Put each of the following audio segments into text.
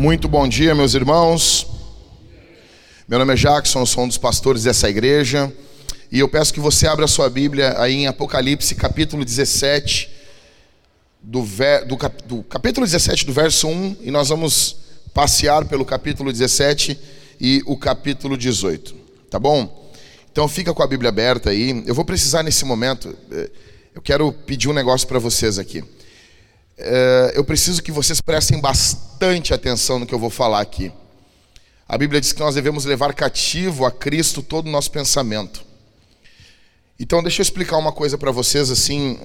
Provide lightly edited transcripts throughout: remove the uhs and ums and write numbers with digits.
Muito bom dia, meus irmãos. Meu nome é Jackson, eu sou um dos pastores dessa igreja. E eu peço que você abra a sua Bíblia aí em Apocalipse, capítulo 17, do capítulo 17, do verso 1. E nós vamos passear pelo capítulo 17 e o capítulo 18. Tá bom? Então fica com a Bíblia aberta aí. Eu vou precisar nesse momento, eu quero pedir um negócio para vocês aqui. Eu preciso que vocês prestem bastante atenção no que eu vou falar aqui. A Bíblia diz que nós devemos levar cativo a Cristo todo o nosso pensamento. Então deixa eu explicar uma coisa para vocês assim,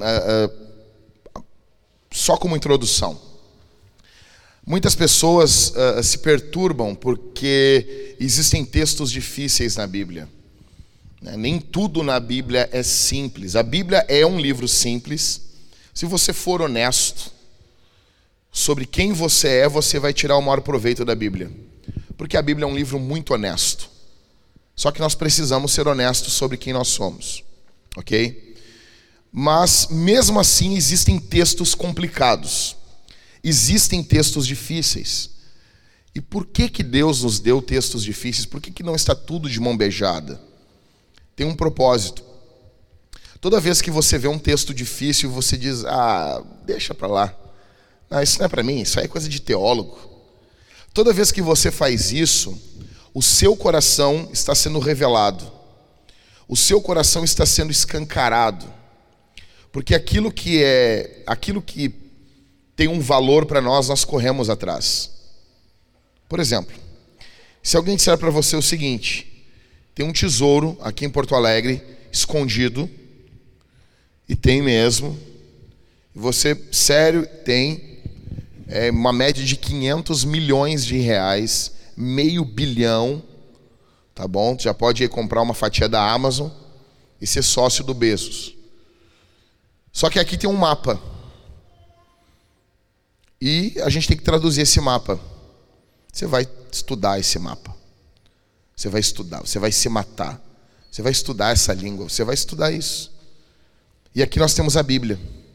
só como introdução. Muitas pessoas se perturbam porque existem textos difíceis na Bíblia. Nem tudo na Bíblia é simples. A Bíblia é um livro simples. Se você for honesto sobre quem você é, você vai tirar o maior proveito da Bíblia. Porque a Bíblia é um livro muito honesto. Só que nós precisamos ser honestos sobre quem nós somos. Ok? Mas, mesmo assim, existem textos complicados. Existem textos difíceis. E por que Deus nos deu textos difíceis? Por que não está tudo de mão beijada? Tem um propósito. Toda vez que você vê um texto difícil, você diz, deixa pra lá. Não, isso não é pra mim, isso aí é coisa de teólogo. Toda vez que você faz isso, o seu coração está sendo revelado. O seu coração está sendo escancarado. Porque aquilo que tem um valor para nós corremos atrás. Por exemplo, se alguém disser para você o seguinte: tem um tesouro aqui em Porto Alegre, escondido, e tem mesmo, e você, sério, tem uma média de 500 milhões de reais, $500 milhão, tá bom? Você já pode ir comprar uma fatia da Amazon e ser sócio do Bezos. Só que aqui tem um mapa. E a gente tem que traduzir esse mapa. Você vai estudar esse mapa. Você vai estudar, você vai se matar. Você vai estudar essa língua, você vai estudar isso. E aqui nós temos a Bíblia.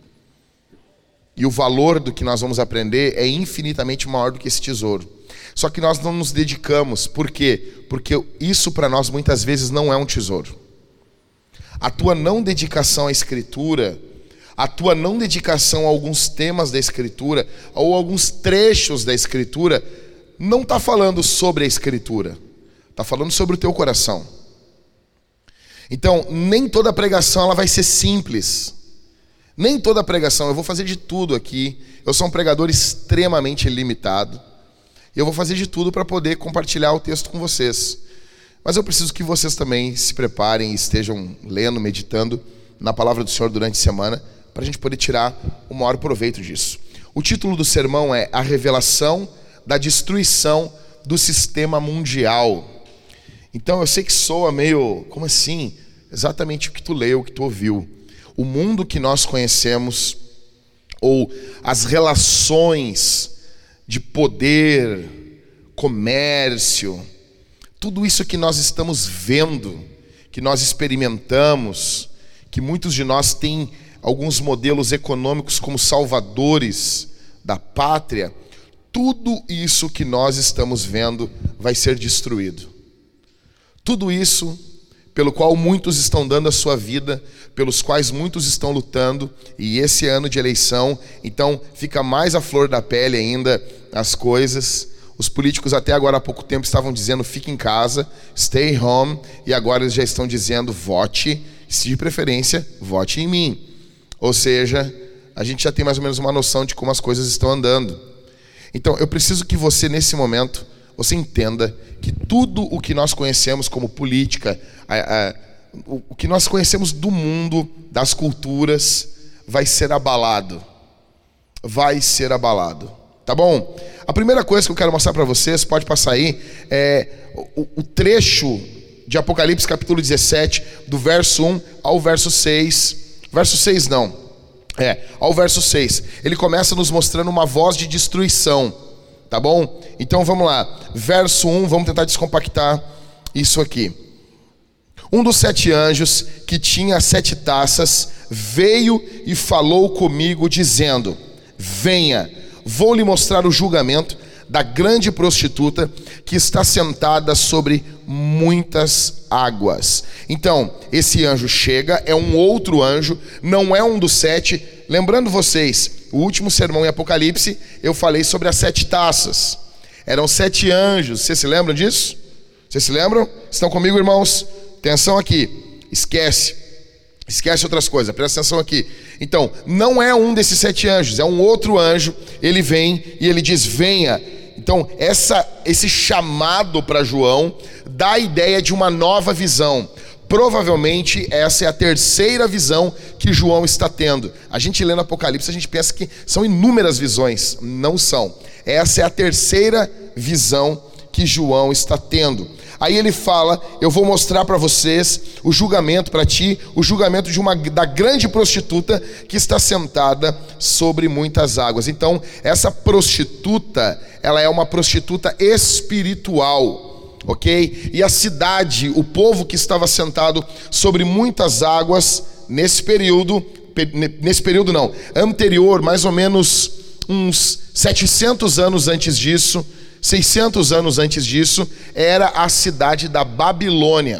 E o valor do que nós vamos aprender é infinitamente maior do que esse tesouro. Só que nós não nos dedicamos. Por quê? Porque isso para nós muitas vezes não é um tesouro. A tua não dedicação à Escritura, a tua não dedicação a alguns temas da Escritura, ou alguns trechos da Escritura, não está falando sobre a Escritura. Está falando sobre o teu coração. Então, nem toda pregação ela vai ser simples. Nem toda pregação, eu vou fazer de tudo aqui. Eu sou um pregador extremamente limitado. E eu vou fazer de tudo para poder compartilhar o texto com vocês. Mas eu preciso que vocês também se preparem e estejam lendo, meditando na palavra do Senhor durante a semana, para a gente poder tirar o maior proveito disso. O título do sermão é A Revelação da Destruição do Sistema Mundial. Então eu sei que soa meio, como assim? Exatamente o que tu leu, o que tu ouviu. O mundo que nós conhecemos, ou as relações de poder, comércio, tudo isso que nós estamos vendo, que nós experimentamos, que muitos de nós têm alguns modelos econômicos como salvadores da pátria, tudo isso que nós estamos vendo vai ser destruído. Tudo isso pelo qual muitos estão dando a sua vida, pelos quais muitos estão lutando, e esse ano de eleição, então fica mais à flor da pele ainda as coisas. Os políticos até agora há pouco tempo estavam dizendo fique em casa, stay home, e agora eles já estão dizendo vote, se de preferência, vote em mim. Ou seja, a gente já tem mais ou menos uma noção de como as coisas estão andando. Então eu preciso que você nesse momento, você entenda que tudo o que nós conhecemos como política, o que nós conhecemos do mundo, das culturas, vai ser abalado. Vai ser abalado. Tá bom? A primeira coisa que eu quero mostrar para vocês, pode passar aí, é o trecho de Apocalipse capítulo 17, do verso 1 ao verso 6. Verso 6 não. Ao verso 6. Ele começa nos mostrando uma voz de destruição. Tá bom? Então vamos lá. Verso 1, vamos tentar descompactar isso aqui. Um dos 7 anjos que tinha 7 taças veio e falou comigo dizendo: venha, vou lhe mostrar o julgamento da grande prostituta que está sentada sobre muitas águas. Então, esse anjo chega, é um outro anjo, não é um dos 7. Lembrando vocês, o último sermão em Apocalipse, eu falei sobre as 7 taças. Eram 7 anjos, vocês se lembram disso? Vocês se lembram? Estão comigo, irmãos? Atenção aqui, esquece outras coisas, presta atenção aqui. Então, não é um desses 7 anjos, é um outro anjo. Ele vem e ele diz: venha. Então, esse chamado para João dá a ideia de uma nova visão. Provavelmente essa é a terceira visão que João está tendo. A gente lê no Apocalipse, a gente pensa que são inúmeras visões. Não são. Essa é a terceira visão que João está tendo. Aí ele fala: eu vou mostrar para vocês o julgamento para ti, o julgamento da grande prostituta que está sentada sobre muitas águas. Então, essa prostituta, ela é uma prostituta espiritual, ok? E a cidade, o povo que estava sentado sobre muitas águas, nesse período não, anterior, mais ou menos uns 700 anos antes disso, 600 anos antes disso, era a cidade da Babilônia.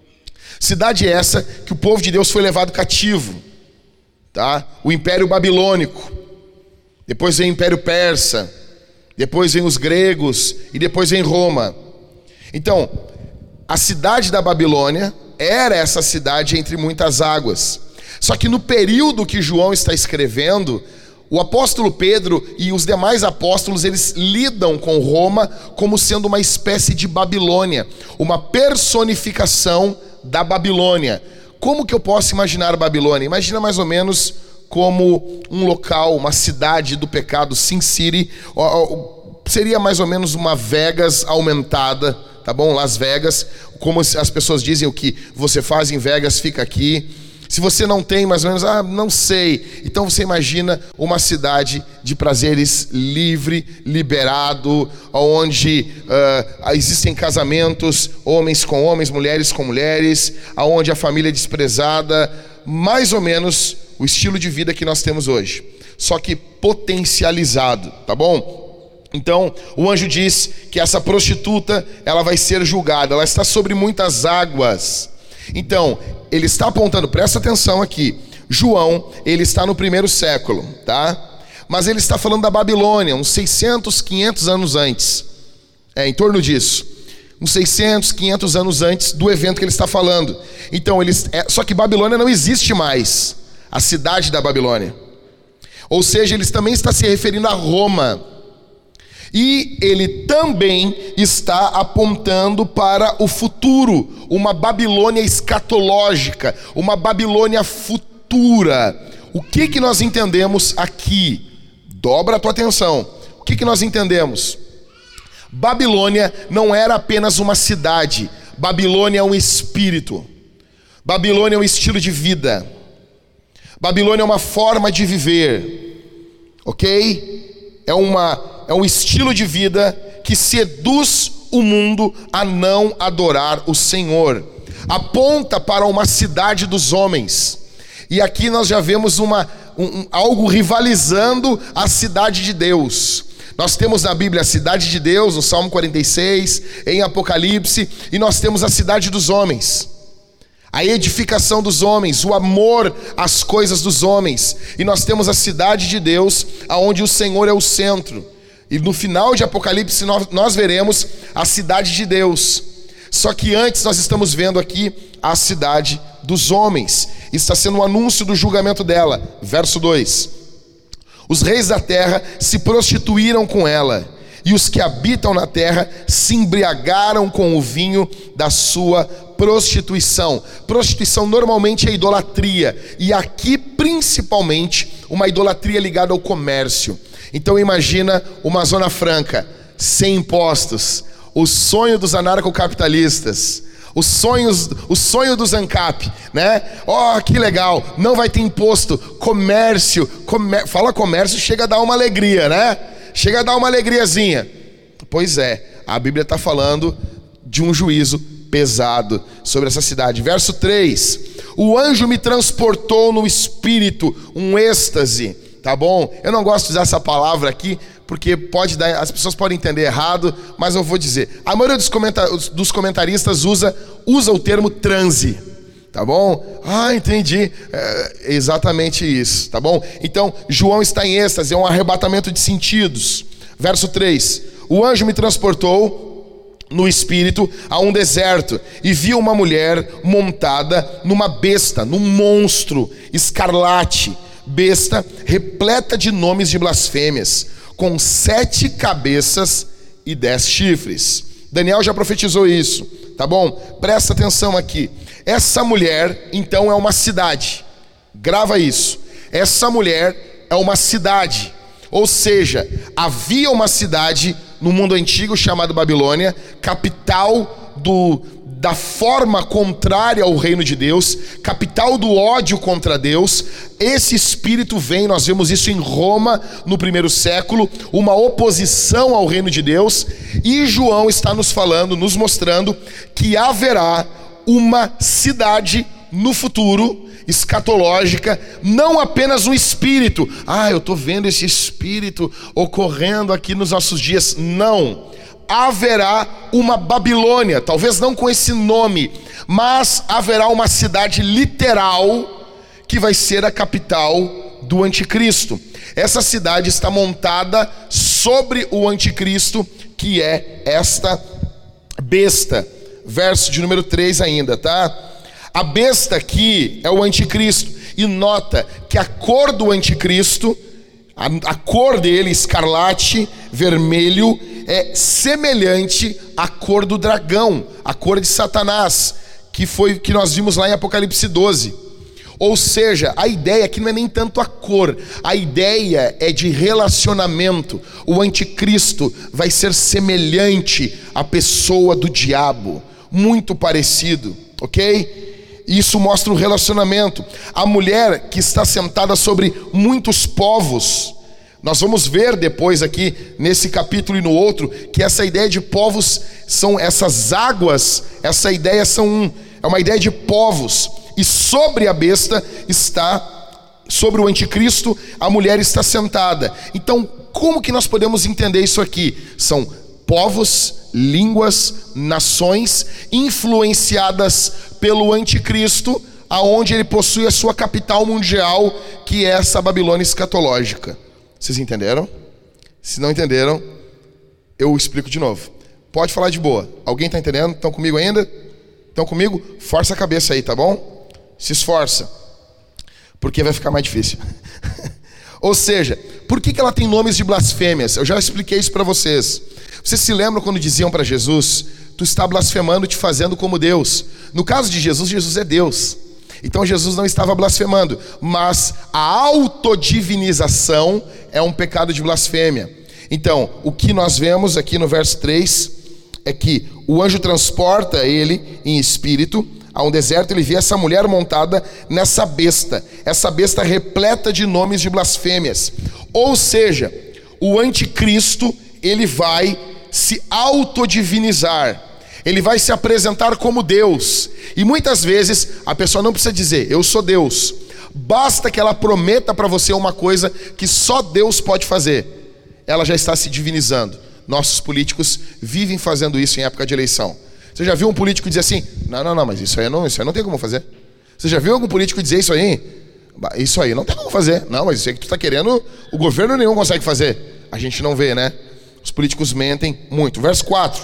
Cidade essa que o povo de Deus foi levado cativo, tá? O Império Babilônico, depois vem o Império Persa, depois vem os gregos e depois vem Roma. Então, a cidade da Babilônia era essa cidade entre muitas águas. Só que no período que João está escrevendo, o apóstolo Pedro e os demais apóstolos, eles lidam com Roma como sendo uma espécie de Babilônia, uma personificação da Babilônia. Como que eu posso imaginar a Babilônia? Imagina mais ou menos como um local, uma cidade do pecado, Sin City, seria mais ou menos uma Vegas aumentada, tá bom? Las Vegas, como as pessoas dizem, o que você faz em Vegas fica aqui. Se você não tem, mais ou menos, não sei. Então você imagina uma cidade de prazeres livre, liberado, onde existem casamentos, homens com homens, mulheres com mulheres, onde a família é desprezada, mais ou menos o estilo de vida que nós temos hoje, só que potencializado, tá bom? Então, o anjo diz que essa prostituta, ela vai ser julgada, ela está sobre muitas águas. Então, ele está apontando, presta atenção aqui, João, ele está no 1º século, tá? Mas ele está falando da Babilônia, uns 600, 500 anos antes, em torno disso, uns 600, 500 anos antes do evento que ele está falando. Então, só que Babilônia não existe mais, a cidade da Babilônia, ou seja, ele também está se referindo a Roma. E ele também está apontando para o futuro, uma Babilônia escatológica, uma Babilônia futura. O que nós entendemos aqui? Dobra a tua atenção. O que nós entendemos? Babilônia não era apenas uma cidade. Babilônia é um espírito. Babilônia é um estilo de vida. Babilônia é uma forma de viver. Ok? É um estilo de vida que seduz o mundo a não adorar o Senhor. Aponta para uma cidade dos homens. E aqui nós já vemos algo rivalizando a cidade de Deus. Nós temos na Bíblia a cidade de Deus, no Salmo 46, em Apocalipse, e nós temos a cidade dos homens. A edificação dos homens, o amor às coisas dos homens. E nós temos a cidade de Deus, aonde o Senhor é o centro. E no final de Apocalipse nós veremos a cidade de Deus. Só que antes nós estamos vendo aqui a cidade dos homens. Está sendo um anúncio do julgamento dela. Verso 2. Os reis da terra se prostituíram com ela, e os que habitam na terra se embriagaram com o vinho da sua prostituição. Prostituição normalmente é idolatria, e aqui principalmente uma idolatria ligada ao comércio. Então imagina uma zona franca, sem impostos, o sonho dos anarcocapitalistas, o sonho dos ANCAP, né? Que legal, não vai ter imposto, comércio, fala comércio, chega a dar uma alegria, né? Chega a dar uma alegriazinha. Pois é, a Bíblia está falando de um juízo pesado sobre essa cidade. Verso 3, o anjo me transportou no espírito, um êxtase. Tá bom? Eu não gosto de usar essa palavra aqui porque as pessoas podem entender errado, mas eu vou dizer. A maioria dos comentaristas usa o termo transe, tá bom? Ah, entendi. É exatamente isso, tá bom? Então, João está em êxtase, é um arrebatamento de sentidos. Verso 3: o anjo me transportou no espírito a um deserto e vi uma mulher montada numa besta, num monstro escarlate, besta repleta de nomes de blasfêmias, com 7 cabeças e 10 chifres. Daniel já profetizou isso, tá bom? Presta atenção aqui. Essa mulher então é uma cidade. Grava isso. Essa mulher é uma cidade. Ou seja, havia uma cidade no mundo antigo chamada Babilônia, capital da forma contrária ao reino de Deus, capital do ódio contra Deus. Esse espírito vem, nós vemos isso em Roma no primeiro século, uma oposição ao reino de Deus, e João está nos falando, nos mostrando que haverá uma cidade no futuro, escatológica, não apenas um espírito. Ah, eu estou vendo esse espírito ocorrendo aqui nos nossos dias. Não, haverá uma Babilônia, talvez não com esse nome, mas haverá uma cidade literal que vai ser a capital do anticristo. Essa cidade está montada sobre o anticristo, que é esta besta. Verso de número 3 ainda, tá? A besta aqui é o anticristo. E nota que a cor do anticristo, a cor dele, escarlate, vermelho, é semelhante à cor do dragão, a cor de Satanás, que nós vimos lá em Apocalipse 12. Ou seja, a ideia aqui não é nem tanto a cor, a ideia é de relacionamento. O anticristo vai ser semelhante à pessoa do diabo, muito parecido, ok? Isso mostra o relacionamento. A mulher que está sentada sobre muitos povos. Nós vamos ver depois aqui, nesse capítulo e no outro, que essa ideia de povos são essas águas. Essa ideia é uma ideia de povos. E sobre a besta sobre o anticristo, a mulher está sentada. Então, como que nós podemos entender isso aqui? São povos, línguas, nações influenciadas pelo anticristo, aonde ele possui a sua capital mundial, que é essa Babilônia escatológica. Vocês entenderam? Se não entenderam, eu explico de novo. Pode falar de boa. Alguém está entendendo? Estão comigo ainda? Estão comigo? Força a cabeça aí, tá bom? Se esforça, porque vai ficar mais difícil. Ou seja, por que ela tem nomes de blasfêmias? Eu já expliquei isso para vocês. Vocês se lembram quando diziam para Jesus: tu está blasfemando, te fazendo como Deus? No caso de Jesus, Jesus é Deus. Então Jesus não estava blasfemando, mas a autodivinização é um pecado de blasfêmia. Então, o que nós vemos aqui no verso 3 é que o anjo transporta ele em espírito a um deserto. Ele vê essa mulher montada nessa besta, essa besta repleta de nomes de blasfêmias. Ou seja, o anticristo, ele vai se autodivinizar, ele vai se apresentar como Deus. E muitas vezes a pessoa não precisa dizer eu sou Deus, basta que ela prometa para você uma coisa que só Deus pode fazer, ela já está se divinizando. Nossos políticos vivem fazendo isso em época de eleição. Você já viu um político dizer assim: não, mas isso aí não tem como fazer? Você já viu algum político dizer isso aí? Isso aí não tem como fazer. Não, mas isso aí que tu está querendo, o governo nenhum consegue fazer. A gente não vê, né? Os políticos mentem muito. Verso 4: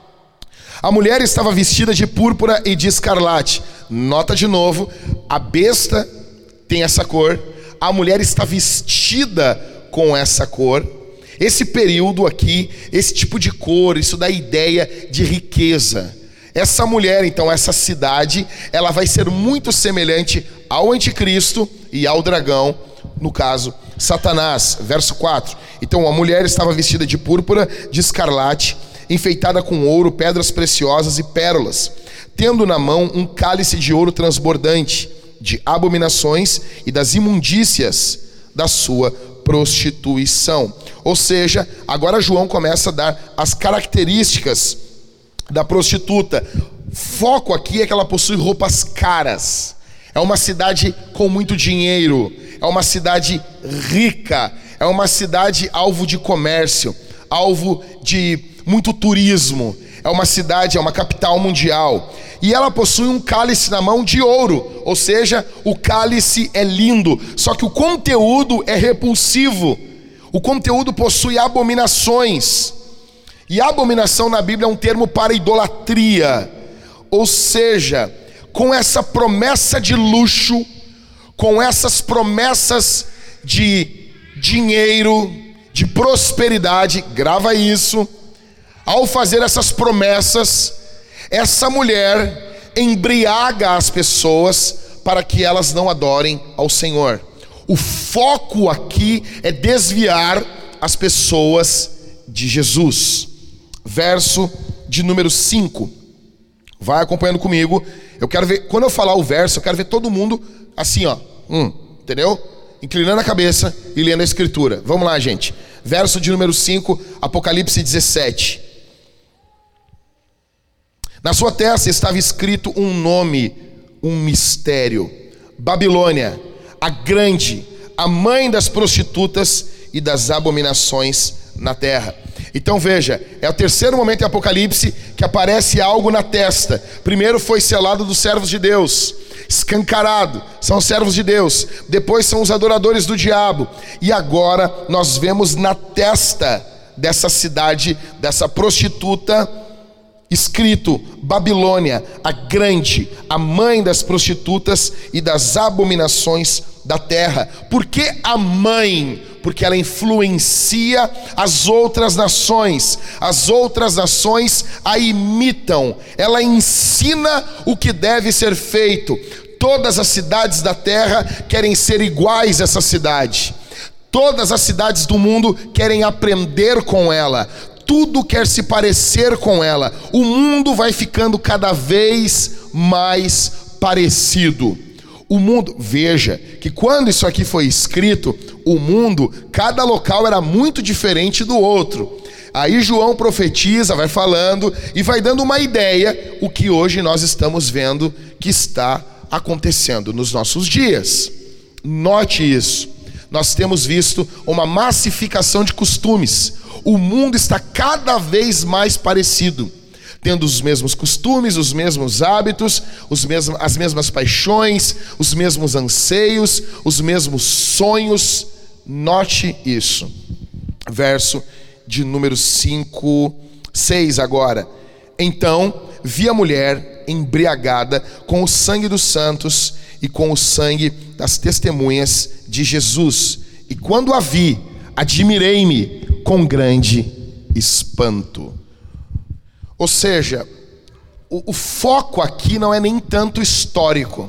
a mulher estava vestida de púrpura e de escarlate. Nota de novo, a besta tem essa cor, a mulher está vestida com essa cor. Esse período aqui, esse tipo de cor, isso dá ideia de riqueza. Essa mulher, então, essa cidade, ela vai ser muito semelhante ao anticristo e ao dragão, no caso, Satanás. Verso 4: então a mulher estava vestida de púrpura, de escarlate, enfeitada com ouro, pedras preciosas e pérolas, tendo na mão um cálice de ouro transbordante, de abominações e das imundícias da sua prostituição. Ou seja, agora João começa a dar as características da prostituta. Foco aqui é que ela possui roupas caras. É uma cidade com muito dinheiro, é uma cidade rica, é uma cidade alvo de comércio, alvo de muito turismo. É uma cidade, é uma capital mundial. E ela possui um cálice na mão de ouro, ou seja, o cálice é lindo, só que o conteúdo é repulsivo. O conteúdo possui abominações. E abominação na Bíblia é um termo para idolatria. Ou seja, com essa promessa de luxo, com essas promessas de dinheiro, de prosperidade, grava isso. Ao fazer essas promessas, essa mulher embriaga as pessoas para que elas não adorem ao Senhor. O foco aqui é desviar as pessoas de Jesus. Verso de número 5. Vai acompanhando comigo. Eu quero ver, quando eu falar o verso, eu quero ver todo mundo assim, ó. Entendeu? Inclinando a cabeça e lendo a escritura. Vamos lá, gente. Verso de número 5, Apocalipse 17. Na sua testa estava escrito um nome, um mistério: Babilônia, a grande, a mãe das prostitutas e das abominações na terra. Então veja, é o terceiro momento em Apocalipse que aparece algo na testa. Primeiro foi selado dos servos de Deus, escancarado, são os servos de Deus. Depois são os adoradores do diabo. E agora nós vemos na testa dessa cidade, dessa prostituta, escrito: Babilônia, a grande, a mãe das prostitutas e das abominações da terra. Por que a mãe? Porque ela influencia as outras nações. As outras nações a imitam. Ela ensina o que deve ser feito. Todas as cidades da terra querem ser iguais a essa cidade. Todas as cidades do mundo querem aprender com ela. Tudo quer se parecer com ela. O mundo vai ficando cada vez mais parecido. O mundo, veja que quando isso aqui foi escrito, o mundo, cada local era muito diferente do outro. Aí João profetiza, vai falando e vai dando uma ideia, o que hoje nós estamos vendo que está acontecendo nos nossos dias. Note isso. Nós temos visto uma massificação de costumes. O mundo está cada vez mais parecido, tendo os mesmos costumes, os mesmos hábitos, as mesmas paixões, os mesmos anseios, os mesmos sonhos. Note isso. Verso de número 6 agora. Então vi a mulher embriagada com o sangue dos santos e com o sangue das testemunhas de Jesus. E quando a vi, admirei-me com grande espanto. Ou seja, o foco aqui não é nem tanto histórico.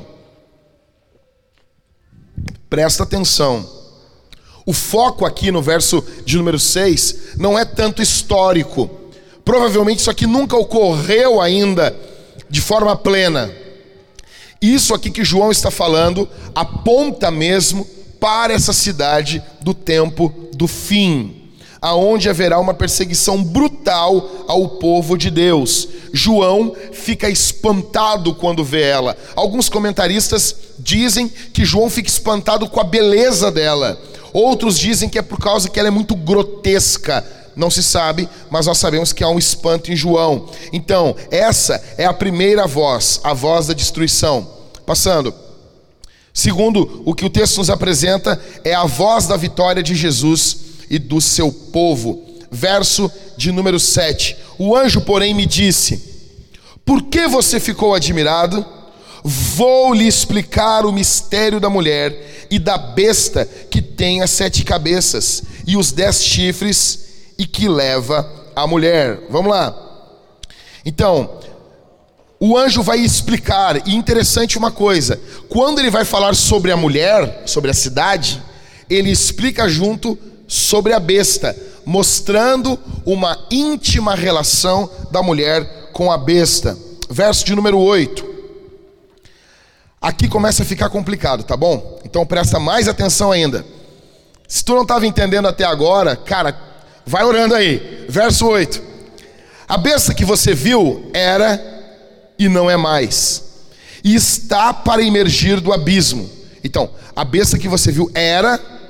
Presta atenção. O foco aqui no verso de número 6 não é tanto histórico. Provavelmente isso aqui nunca ocorreu ainda de forma plena. Isso aqui que João está falando aponta mesmo para essa cidade do tempo do fim, aonde haverá uma perseguição brutal ao povo de Deus. João fica espantado quando vê ela. Alguns comentaristas dizem que João fica espantado com a beleza dela. Outros dizem que é por causa que ela é muito grotesca. Não se sabe, mas nós sabemos que há um espanto em João. Então, essa é a primeira voz, a voz da destruição. Passando. Segundo, o que o texto nos apresenta é a voz da vitória de Jesus e do seu povo. Verso de número 7. O anjo, porém, me disse: por que você ficou admirado? Vou lhe explicar o mistério da mulher e da besta que tem as 7 cabeças e os 10 chifres e que leva a mulher. Vamos lá. Então, o anjo vai explicar, e interessante uma coisa, quando ele vai falar sobre a mulher, sobre a cidade, ele explica junto sobre a besta, mostrando uma íntima relação da mulher com a besta. Verso de número 8. Aqui começa a ficar complicado, tá bom? Então presta mais atenção ainda. Se tu não estava entendendo até agora, cara, vai orando aí. Verso 8. A besta que você viu era e não é mais, e está para emergir do abismo. Então, a besta que você viu era,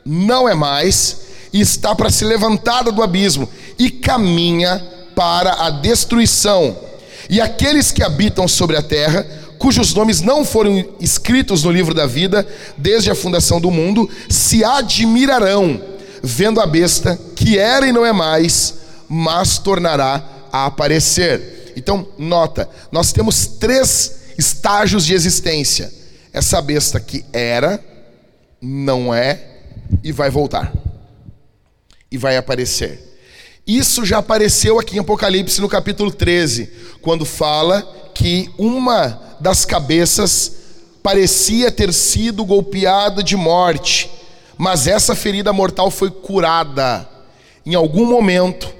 não é mais, e está para ser levantada do abismo, e caminha para a destruição. E aqueles que habitam sobre a terra, cujos nomes não foram escritos no livro da vida, desde a fundação do mundo, se admirarão, vendo a besta, que era e não é mais, mas tornará a aparecer. Então, nota, nós temos 3 estágios de existência. Essa besta que era, não é, e vai voltar. E vai aparecer. Isso já apareceu aqui em Apocalipse no capítulo 13, quando fala que uma das cabeças parecia ter sido golpeada de morte, mas essa ferida mortal foi curada. Em algum momento,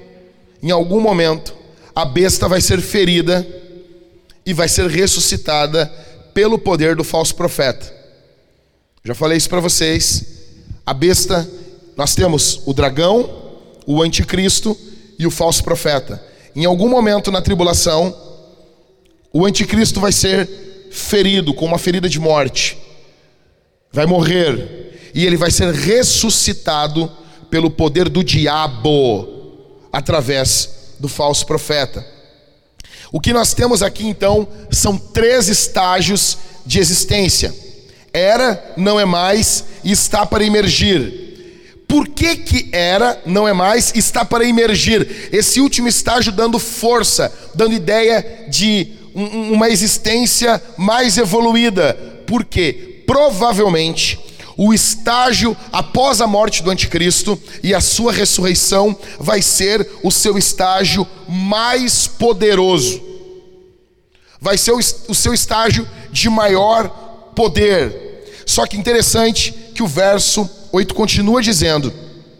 a besta vai ser ferida e vai ser ressuscitada pelo poder do falso profeta. Já falei isso para vocês. A besta, nós temos o dragão, o anticristo e o falso profeta. Em algum momento na tribulação, o anticristo vai ser ferido com uma ferida de morte, vai morrer, e ele vai ser ressuscitado pelo poder do diabo, através do falso profeta. O que nós temos aqui então são 3 estágios de existência. Era, não é mais e está para emergir. Por que era, não é mais, está para emergir? Esse último estágio dando força, dando ideia de uma existência mais evoluída. Por quê? Provavelmente o estágio após a morte do anticristo e a sua ressurreição vai ser o seu estágio mais poderoso. Vai ser o seu estágio de maior poder. Só que interessante que o verso 8 continua dizendo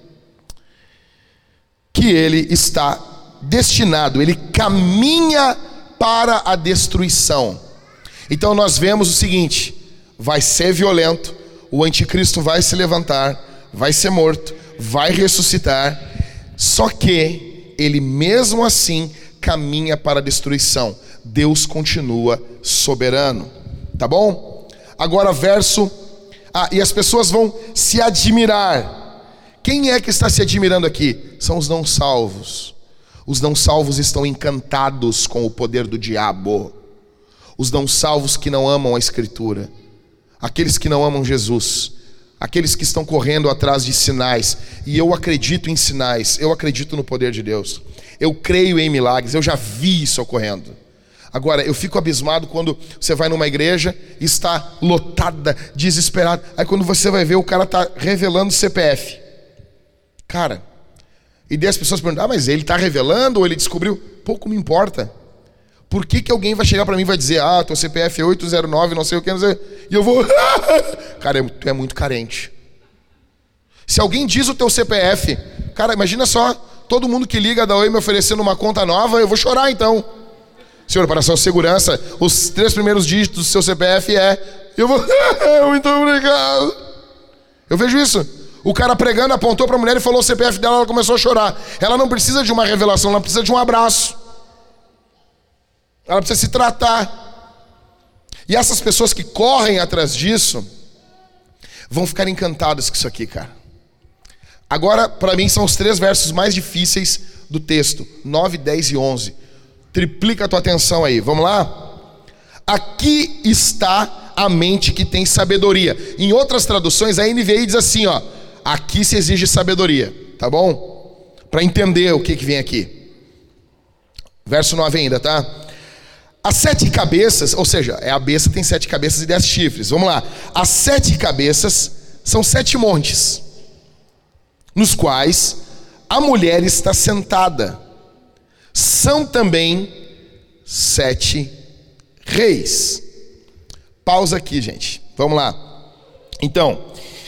que ele está destinado, ele caminha para a destruição. Então nós vemos o seguinte: vai ser violento, o anticristo vai se levantar, vai ser morto, vai ressuscitar, só que ele mesmo assim caminha para a destruição. Deus continua soberano, tá bom? Agora verso... e as pessoas vão se admirar. Quem é que está se admirando aqui? São os não salvos. Os não salvos estão encantados com o poder do diabo. Os não salvos que não amam a Escritura, aqueles que não amam Jesus, aqueles que estão correndo atrás de sinais. E eu acredito em sinais, eu acredito no poder de Deus, eu creio em milagres, eu já vi isso ocorrendo. Agora, eu fico abismado quando você vai numa igreja e está lotada, desesperada. Aí quando você vai ver, o cara está revelando CPF. Cara, e daí as pessoas perguntam: mas ele está revelando ou ele descobriu? Pouco me importa. Por que alguém vai chegar para mim e vai dizer: teu CPF é 809, não sei o que, não sei. E eu vou... Cara, tu é muito carente. Se alguém diz o teu CPF, cara, imagina só, todo mundo que liga da Oi me oferecendo uma conta nova, eu vou chorar então. Senhor, para a sua segurança, os 3 primeiros dígitos do seu CPF eu vou... Muito obrigado. Eu vejo isso. O cara pregando apontou para a mulher e falou o CPF dela, ela começou a chorar. Ela não precisa de uma revelação, ela precisa de um abraço. Ela precisa se tratar. E essas pessoas que correm atrás disso vão ficar encantadas com isso aqui, cara. Agora, para mim, são os 3 versos mais difíceis do texto: 9, 10 e 11. Triplica a tua atenção aí, vamos lá? Aqui está a mente que tem sabedoria. Em outras traduções, a NVI diz assim, aqui se exige sabedoria, tá bom? Para entender o que vem aqui. Verso 9 ainda, tá? As 7 cabeças, ou seja, a besta tem 7 cabeças e 10 chifres. Vamos lá. As 7 cabeças são 7 montes, nos quais a mulher está sentada. São também 7 reis. Pausa aqui, gente. Vamos lá. Então,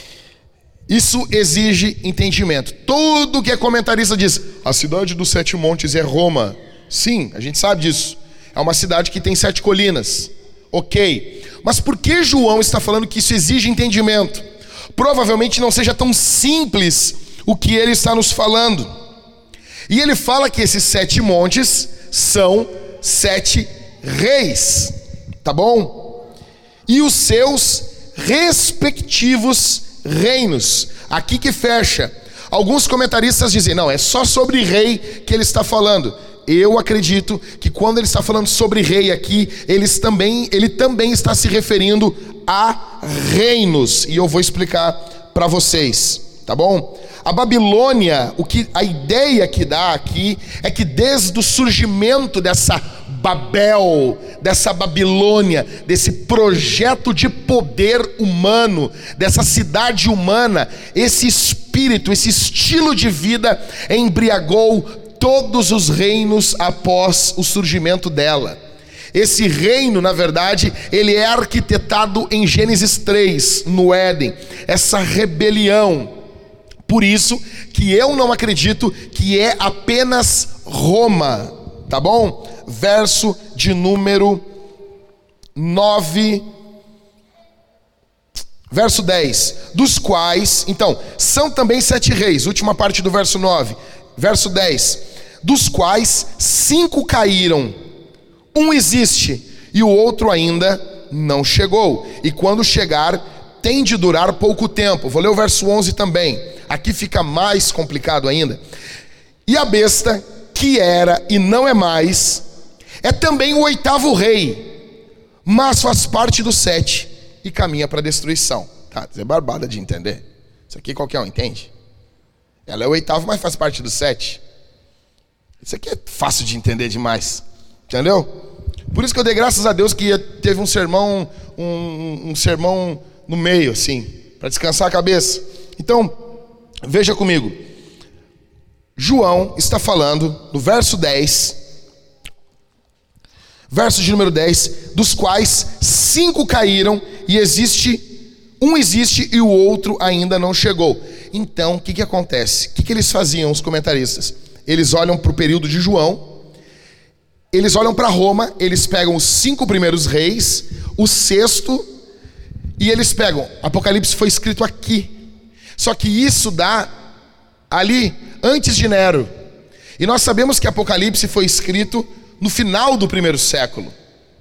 isso exige entendimento. Tudo que é comentarista diz: a cidade dos 7 montes é Roma. Sim, a gente sabe disso. É uma cidade que tem 7 colinas. Ok. Mas por que João está falando que isso exige entendimento? Provavelmente não seja tão simples o que ele está nos falando. E ele fala que esses 7 montes são 7 reis, tá bom? E os seus respectivos reinos. aqui que fecha. Alguns comentaristas dizem, não, é só sobre rei que ele está falando. Eu acredito que quando ele está falando sobre rei aqui, ele também está se referindo a reinos. E eu vou explicar para vocês, tá bom? A Babilônia, a ideia que dá aqui é que desde o surgimento dessa Babel, dessa Babilônia, desse projeto de poder humano, dessa cidade humana, esse espírito, esse estilo de vida embriagou todos os reinos após o surgimento dela. Esse reino, na verdade, ele é arquitetado em Gênesis 3, no Éden, essa rebelião. Por isso que eu não acredito que é apenas Roma, tá bom? Verso de número 9, verso 10, dos quais, então, são também 7 reis, última parte do verso 9, verso 10, dos quais 5 caíram, um existe e o outro ainda não chegou, e quando chegar, tem de durar pouco tempo. Vou ler o verso 11 também, aqui fica mais complicado ainda. E a besta, que era e não é mais, é também o 8º rei, mas faz parte dos 7 e caminha para a destruição. Tá, isso é barbada de entender. Isso aqui qualquer um entende. Ela é o 8º, mas faz parte dos 7. Isso aqui é fácil de entender demais. Entendeu? Por isso que eu dei graças a Deus que teve um sermão, um sermão no meio, assim, para descansar a cabeça. Então, veja comigo. João está falando no verso 10, verso de número 10, dos quais 5 caíram e um existe e o outro ainda não chegou. Então, o que acontece? O que eles faziam, os comentaristas? Eles olham para o período de João, eles olham para Roma, eles pegam os 5 primeiros reis, o 6º, e eles pegam, Apocalipse foi escrito aqui, só que isso dá ali, antes de Nero, e nós sabemos que Apocalipse foi escrito no final do 1º século.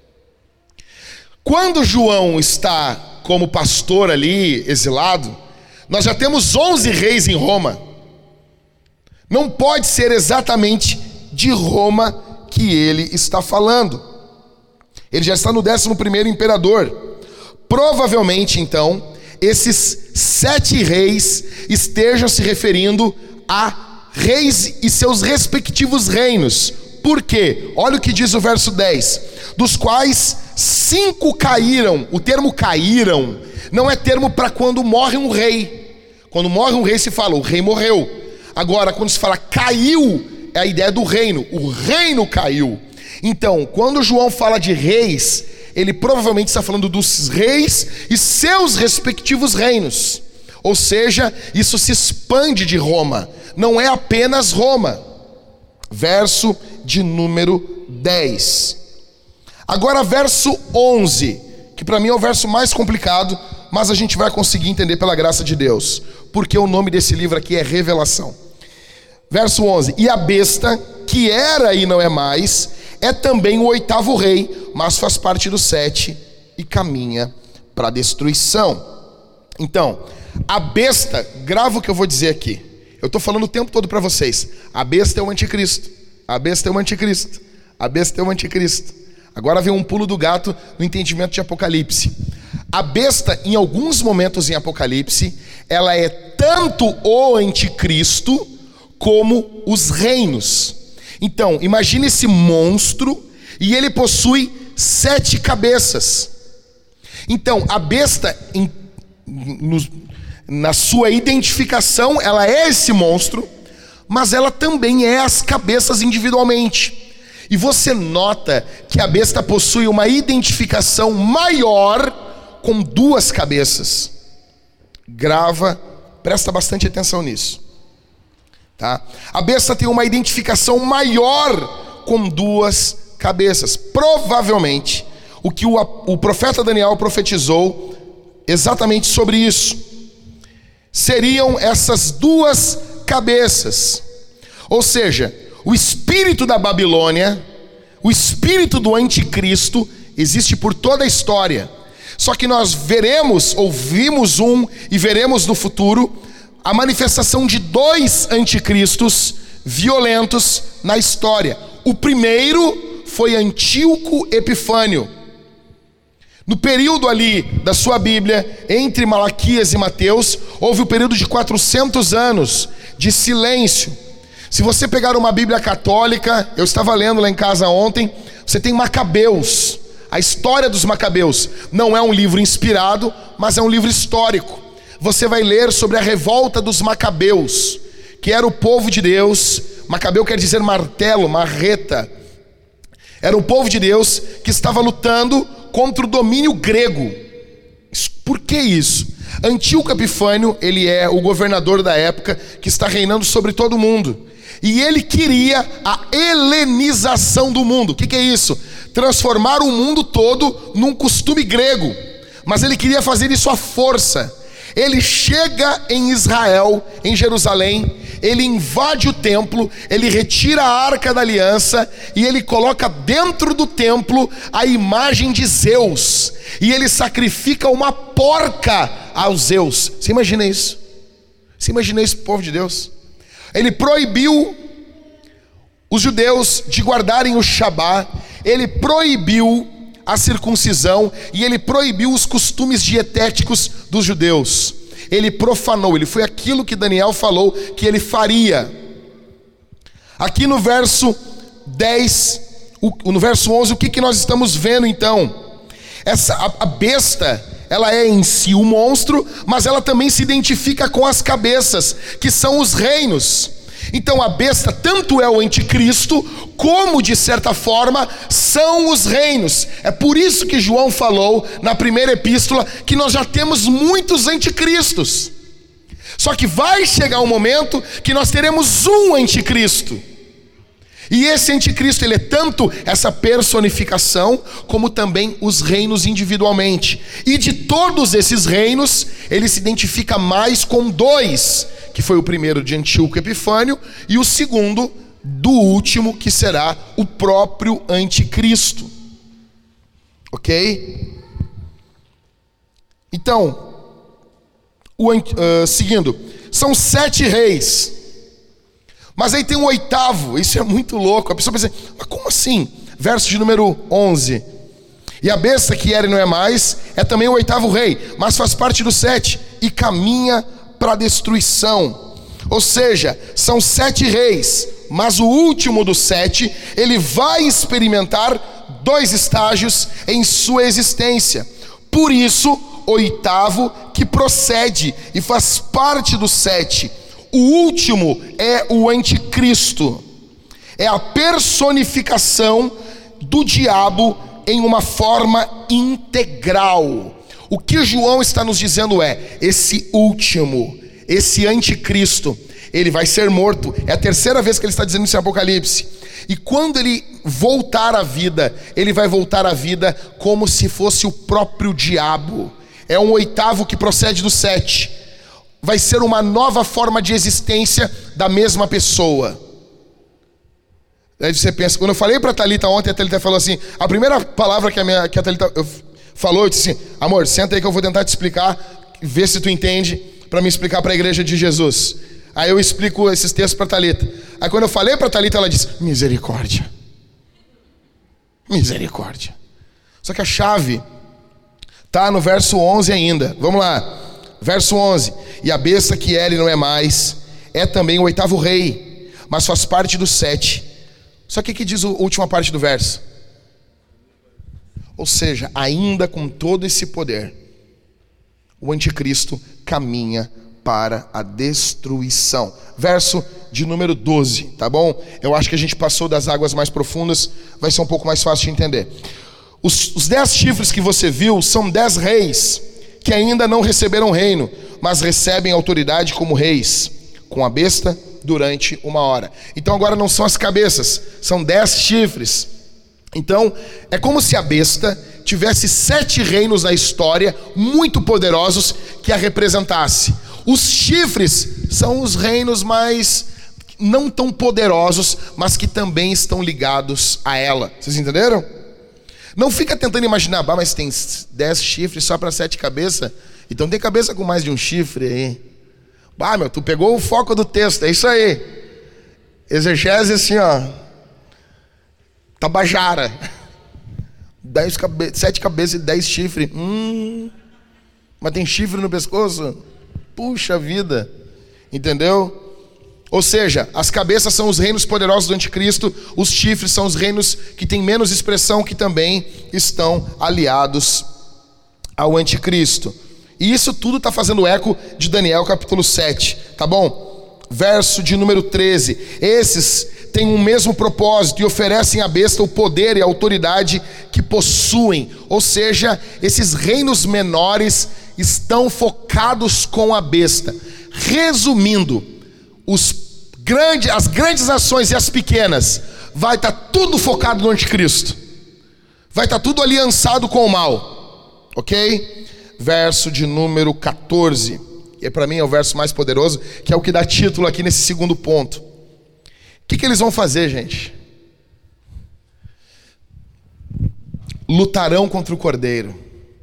Quando João está como pastor ali, exilado, nós já temos 11 reis em Roma. Não pode ser exatamente de Roma que ele está falando. Ele já está no 11º imperador. Provavelmente, então, esses 7 reis estejam se referindo a reis e seus respectivos reinos. Por quê? Olha o que diz o verso 10. Dos quais 5 caíram. O termo caíram não é termo para quando morre um rei. Quando morre um rei se fala, o rei morreu. Agora, quando se fala caiu, é a ideia do reino. O reino caiu. Então, quando João fala de reis, ele provavelmente está falando dos reis e seus respectivos reinos. Ou seja, isso se expande de Roma. Não é apenas Roma. Verso de número 10. Agora verso 11, que para mim é o verso mais complicado, mas a gente vai conseguir entender pela graça de Deus, porque o nome desse livro aqui é Revelação. Verso 11, e a besta, que era e não é mais, é também o 8º rei, mas faz parte dos 7 e caminha para a destruição. Então, a besta, grava o que eu vou dizer aqui. Eu estou falando o tempo todo para vocês. A besta é o anticristo. A besta é o anticristo. A besta é o anticristo. Agora vem um pulo do gato no entendimento de Apocalipse. A besta, em alguns momentos em Apocalipse, ela é tanto o anticristo como os reinos. Então, imagine esse monstro e ele possui 7 cabeças. Então, a besta, na sua identificação, ela é esse monstro, mas ela também é as cabeças individualmente. E você nota que a besta possui uma identificação maior com 2 cabeças. Grava, presta bastante atenção nisso. Tá? A besta tem uma identificação maior com 2 cabeças. Provavelmente, o que o profeta Daniel profetizou exatamente sobre isso. Seriam essas 2 cabeças. Ou seja, o espírito da Babilônia, o espírito do anticristo, existe por toda a história. Só que nós veremos, ou vimos e veremos no futuro, a manifestação de dois anticristos violentos na história. O primeiro foi Antíoco Epifânio. No período ali da sua Bíblia, entre Malaquias e Mateus, houve um período de 400 anos de silêncio. Se você pegar uma Bíblia católica, eu estava lendo lá em casa ontem, você tem Macabeus, a história dos Macabeus. Não é um livro inspirado, mas é um livro histórico. Você vai ler sobre a revolta dos Macabeus, que era o povo de Deus. Macabeu quer dizer martelo, marreta. Era o povo de Deus que estava lutando contra o domínio grego. Por que isso? Antíoco Epifânio, ele é o governador da época que está reinando sobre todo mundo. E ele queria a helenização do mundo. O que é isso? Transformar o mundo todo num costume grego. Mas ele queria fazer isso à força. Ele chega em Israel, em Jerusalém, ele invade o templo, ele retira a Arca da Aliança e ele coloca dentro do templo a imagem de Zeus. E ele sacrifica uma porca aos Zeus. Você imagina isso? Você imagina isso, povo de Deus? Ele proibiu os judeus de guardarem o Shabá, ele proibiu a circuncisão e ele proibiu os costumes dietéticos dos judeus. Ele profanou, ele foi aquilo que Daniel falou que ele faria. Aqui no verso 10, no verso 11, o que nós estamos vendo então? A besta, ela é em si um monstro, mas ela também se identifica com as cabeças, que são os reinos. Então a besta tanto é o anticristo, como de certa forma são os reinos. É por isso que João falou na primeira epístola que nós já temos muitos anticristos. Só que vai chegar um momento que nós teremos um anticristo. E esse anticristo, ele é tanto essa personificação, como também os reinos individualmente. E de todos esses reinos, ele se identifica mais com dois, que foi o primeiro de Antíoco Epifânio, e o segundo do último, que será o próprio anticristo. Ok? Então, seguindo, são 7 reis. Mas aí tem um oitavo, isso é muito louco. A pessoa pensa, mas como assim? Verso de número 11. E a besta que era e não é mais, é também o oitavo rei, mas faz parte do 7 e caminha para a destruição. Ou seja, são 7 reis, mas o último dos 7, ele vai experimentar 2 estágios em sua existência. Por isso, oitavo que procede e faz parte do 7. O último é o anticristo. É a personificação do diabo em uma forma integral. O que João está nos dizendo é, esse último, esse anticristo, ele vai ser morto. É a terceira vez que ele está dizendo isso em Apocalipse. E quando ele voltar à vida, ele vai voltar à vida como se fosse o próprio diabo. É um oitavo que procede do 7. Vai ser uma nova forma de existência da mesma pessoa. Aí você pensa, quando eu falei para a Thalita ontem, a Thalita falou assim, a primeira palavra que a Thalita falou, eu disse assim, amor, senta aí que eu vou tentar te explicar, ver se tu entende, para me explicar para a igreja de Jesus. Aí eu explico esses textos para a Thalita. Aí quando eu falei para a Thalita, ela disse, misericórdia. Misericórdia. Só que a chave está no verso 11 ainda. Vamos lá. Verso 11, e a besta que era e não é mais, é também o oitavo rei, mas faz parte do 7. Só que o que diz a última parte do verso? Ou seja, ainda com todo esse poder, o anticristo caminha para a destruição. Verso de número 12, tá bom? Eu acho que a gente passou das águas mais profundas, vai ser um pouco mais fácil de entender. Os 10 chifres que você viu são 10 reis, que ainda não receberam reino, mas recebem autoridade como reis, com a besta durante 1 hora. Então agora não são as cabeças, são 10 chifres. Então é como se a besta tivesse 7 reinos na história, muito poderosos, que a representasse. Os chifres são os reinos mais não tão poderosos, mas que também estão ligados a ela. Vocês entenderam? Não fica tentando imaginar, mas tem 10 chifres só para 7 cabeças. Então tem cabeça com mais de um chifre aí. Ah, meu, tu pegou o foco do texto, é isso aí. Exegese assim, ó. Tabajara. 7 cabeças e 10 chifres. Mas tem chifre no pescoço? Puxa vida. Entendeu? Ou seja, as cabeças são os reinos poderosos do anticristo, os chifres são os reinos que têm menos expressão, que também estão aliados ao anticristo. E isso tudo está fazendo eco de Daniel capítulo 7, tá bom? Verso de número 13. Esses têm um mesmo propósito e oferecem à besta o poder e a autoridade que possuem. Ou seja, esses reinos menores estão focados com a besta. Resumindo, as grandes ações e as pequenas, vai estar tudo focado no anticristo. Vai estar tudo aliançado com o mal. Ok? Verso de número 14. E para mim é o verso mais poderoso, que é o que dá título aqui nesse segundo ponto. O que eles vão fazer, gente? Lutarão contra o Cordeiro.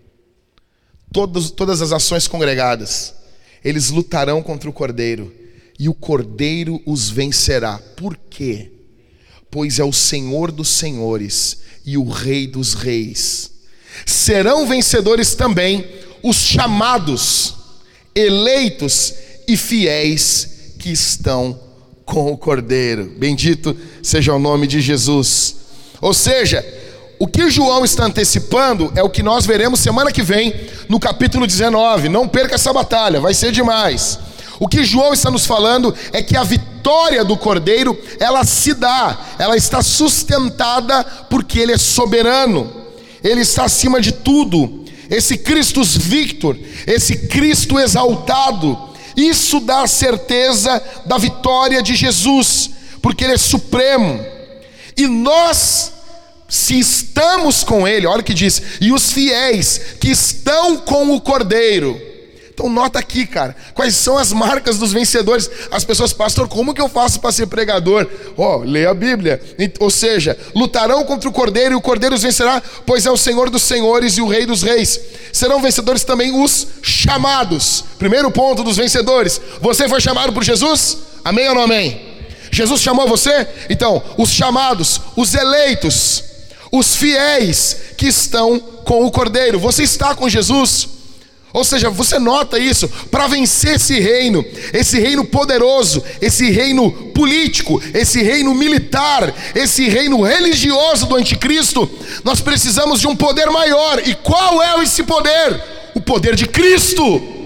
Todas as ações congregadas, eles lutarão contra o Cordeiro, e o Cordeiro os vencerá. Por quê? Pois é o Senhor dos senhores e o Rei dos reis. Serão vencedores também os chamados, eleitos e fiéis que estão com o Cordeiro. Bendito seja o nome de Jesus. Ou seja, o que João está antecipando é o que nós veremos semana que vem no capítulo 19. Não perca essa batalha, vai ser demais. O que João está nos falando é que a vitória do Cordeiro, ela se dá, ela está sustentada porque ele é soberano, ele está acima de tudo. Esse Christus Victor, esse Cristo exaltado, isso dá a certeza da vitória de Jesus, porque ele é supremo. E nós, se estamos com ele, olha o que diz, e os fiéis que estão com o Cordeiro. Então nota aqui, cara, quais são as marcas dos vencedores. As pessoas, pastor, como que eu faço para ser pregador? Leia a Bíblia. Ou seja, lutarão contra o Cordeiro e o Cordeiro os vencerá, pois é o Senhor dos senhores e o Rei dos reis. Serão vencedores também os chamados. Primeiro ponto dos vencedores: você foi chamado por Jesus? Amém ou não amém? Jesus chamou você? Então, os chamados, os eleitos, os fiéis que estão com o Cordeiro. Você está com Jesus? Ou seja, você nota isso, para vencer esse reino poderoso, esse reino político, esse reino militar, esse reino religioso do anticristo, nós precisamos de um poder maior. E qual é esse poder? O poder de Cristo,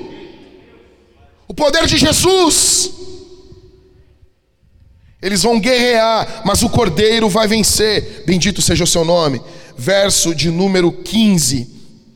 o poder de Jesus. Eles vão guerrear, mas o Cordeiro vai vencer. Bendito seja o seu nome. Verso de número 15.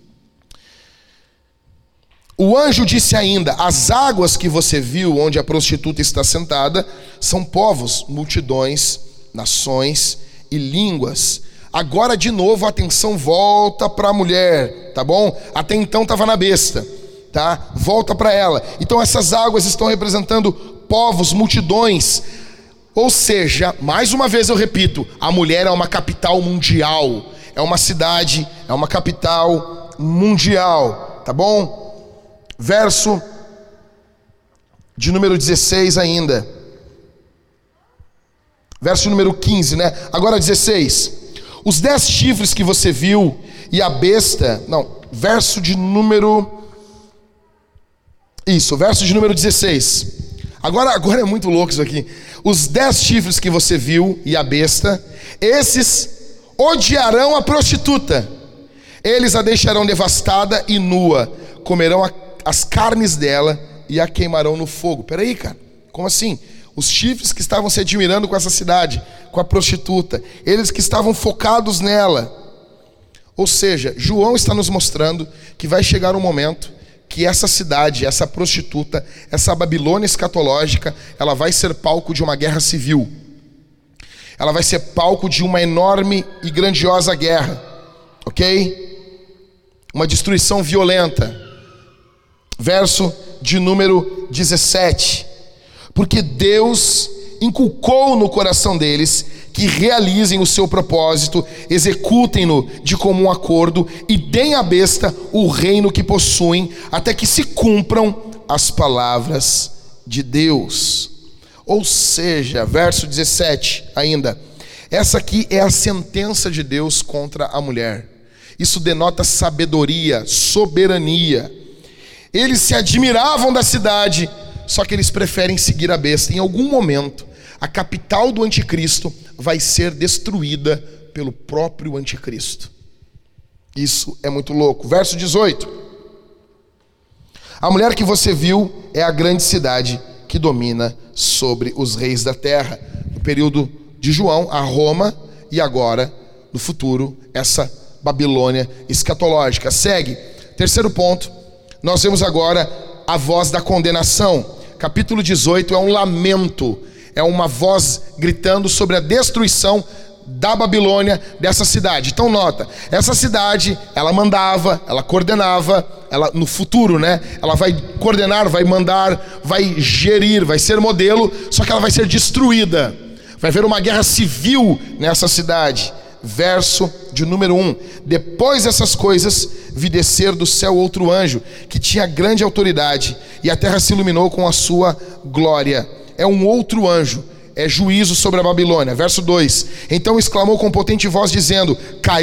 O anjo disse ainda: as águas que você viu onde a prostituta está sentada são povos, multidões, nações e línguas. Agora de novo a atenção volta para a mulher, tá bom? Até então estava na besta, tá? Volta para ela. Então essas águas estão representando povos, multidões. Ou seja, mais uma vez eu repito, a mulher é uma capital mundial, é uma cidade, é uma capital mundial, tá bom? Verso de número 16 ainda. Verso de número 15, né? Agora 16. Os 10 chifres que você viu e a besta... Não, verso de número... Isso, verso de número 16. Agora é muito louco isso aqui. Os 10 chifres que você viu e a besta, esses odiarão a prostituta. Eles a deixarão devastada e nua. Comerão as carnes dela e a queimarão no fogo. Peraí, cara, como assim? Os chifres que estavam se admirando com essa cidade, com a prostituta, eles que estavam focados nela. Ou seja, João está nos mostrando que vai chegar um momento que essa cidade, essa prostituta, essa Babilônia escatológica, ela vai ser palco de uma guerra civil. Ela vai ser palco de uma enorme e grandiosa guerra, ok? Uma destruição violenta. Verso de número 17. Porque Deus inculcou no coração deles que realizem o seu propósito, executem-no de comum acordo e deem à besta o reino que possuem, até que se cumpram as palavras de Deus. Ou seja, verso 17 ainda, essa aqui é a sentença de Deus contra a mulher. Isso denota sabedoria, soberania. Eles se admiravam da cidade, só que eles preferem seguir a besta. Em algum momento, a capital do anticristo vai ser destruída pelo próprio anticristo. Isso é muito louco. Verso 18. A mulher que você viu é a grande cidade que domina sobre os reis da terra. No período de João, a Roma, e agora, no futuro, essa Babilônia escatológica. Segue. Terceiro ponto, nós vemos agora a voz da condenação. Capítulo 18 é um lamento, é uma voz gritando sobre a destruição da Babilônia, dessa cidade. Então nota, essa cidade, ela mandava, ela coordenava, ela no futuro, né? Ela vai coordenar, vai mandar, vai gerir, vai ser modelo, só que ela vai ser destruída. Vai haver uma guerra civil nessa cidade. Verso de número 1. Depois dessas coisas, vi descer do céu outro anjo, que tinha grande autoridade, e a terra se iluminou com a sua glória. É um outro anjo, é juízo sobre a Babilônia. Verso 2. Então exclamou com potente voz, dizendo: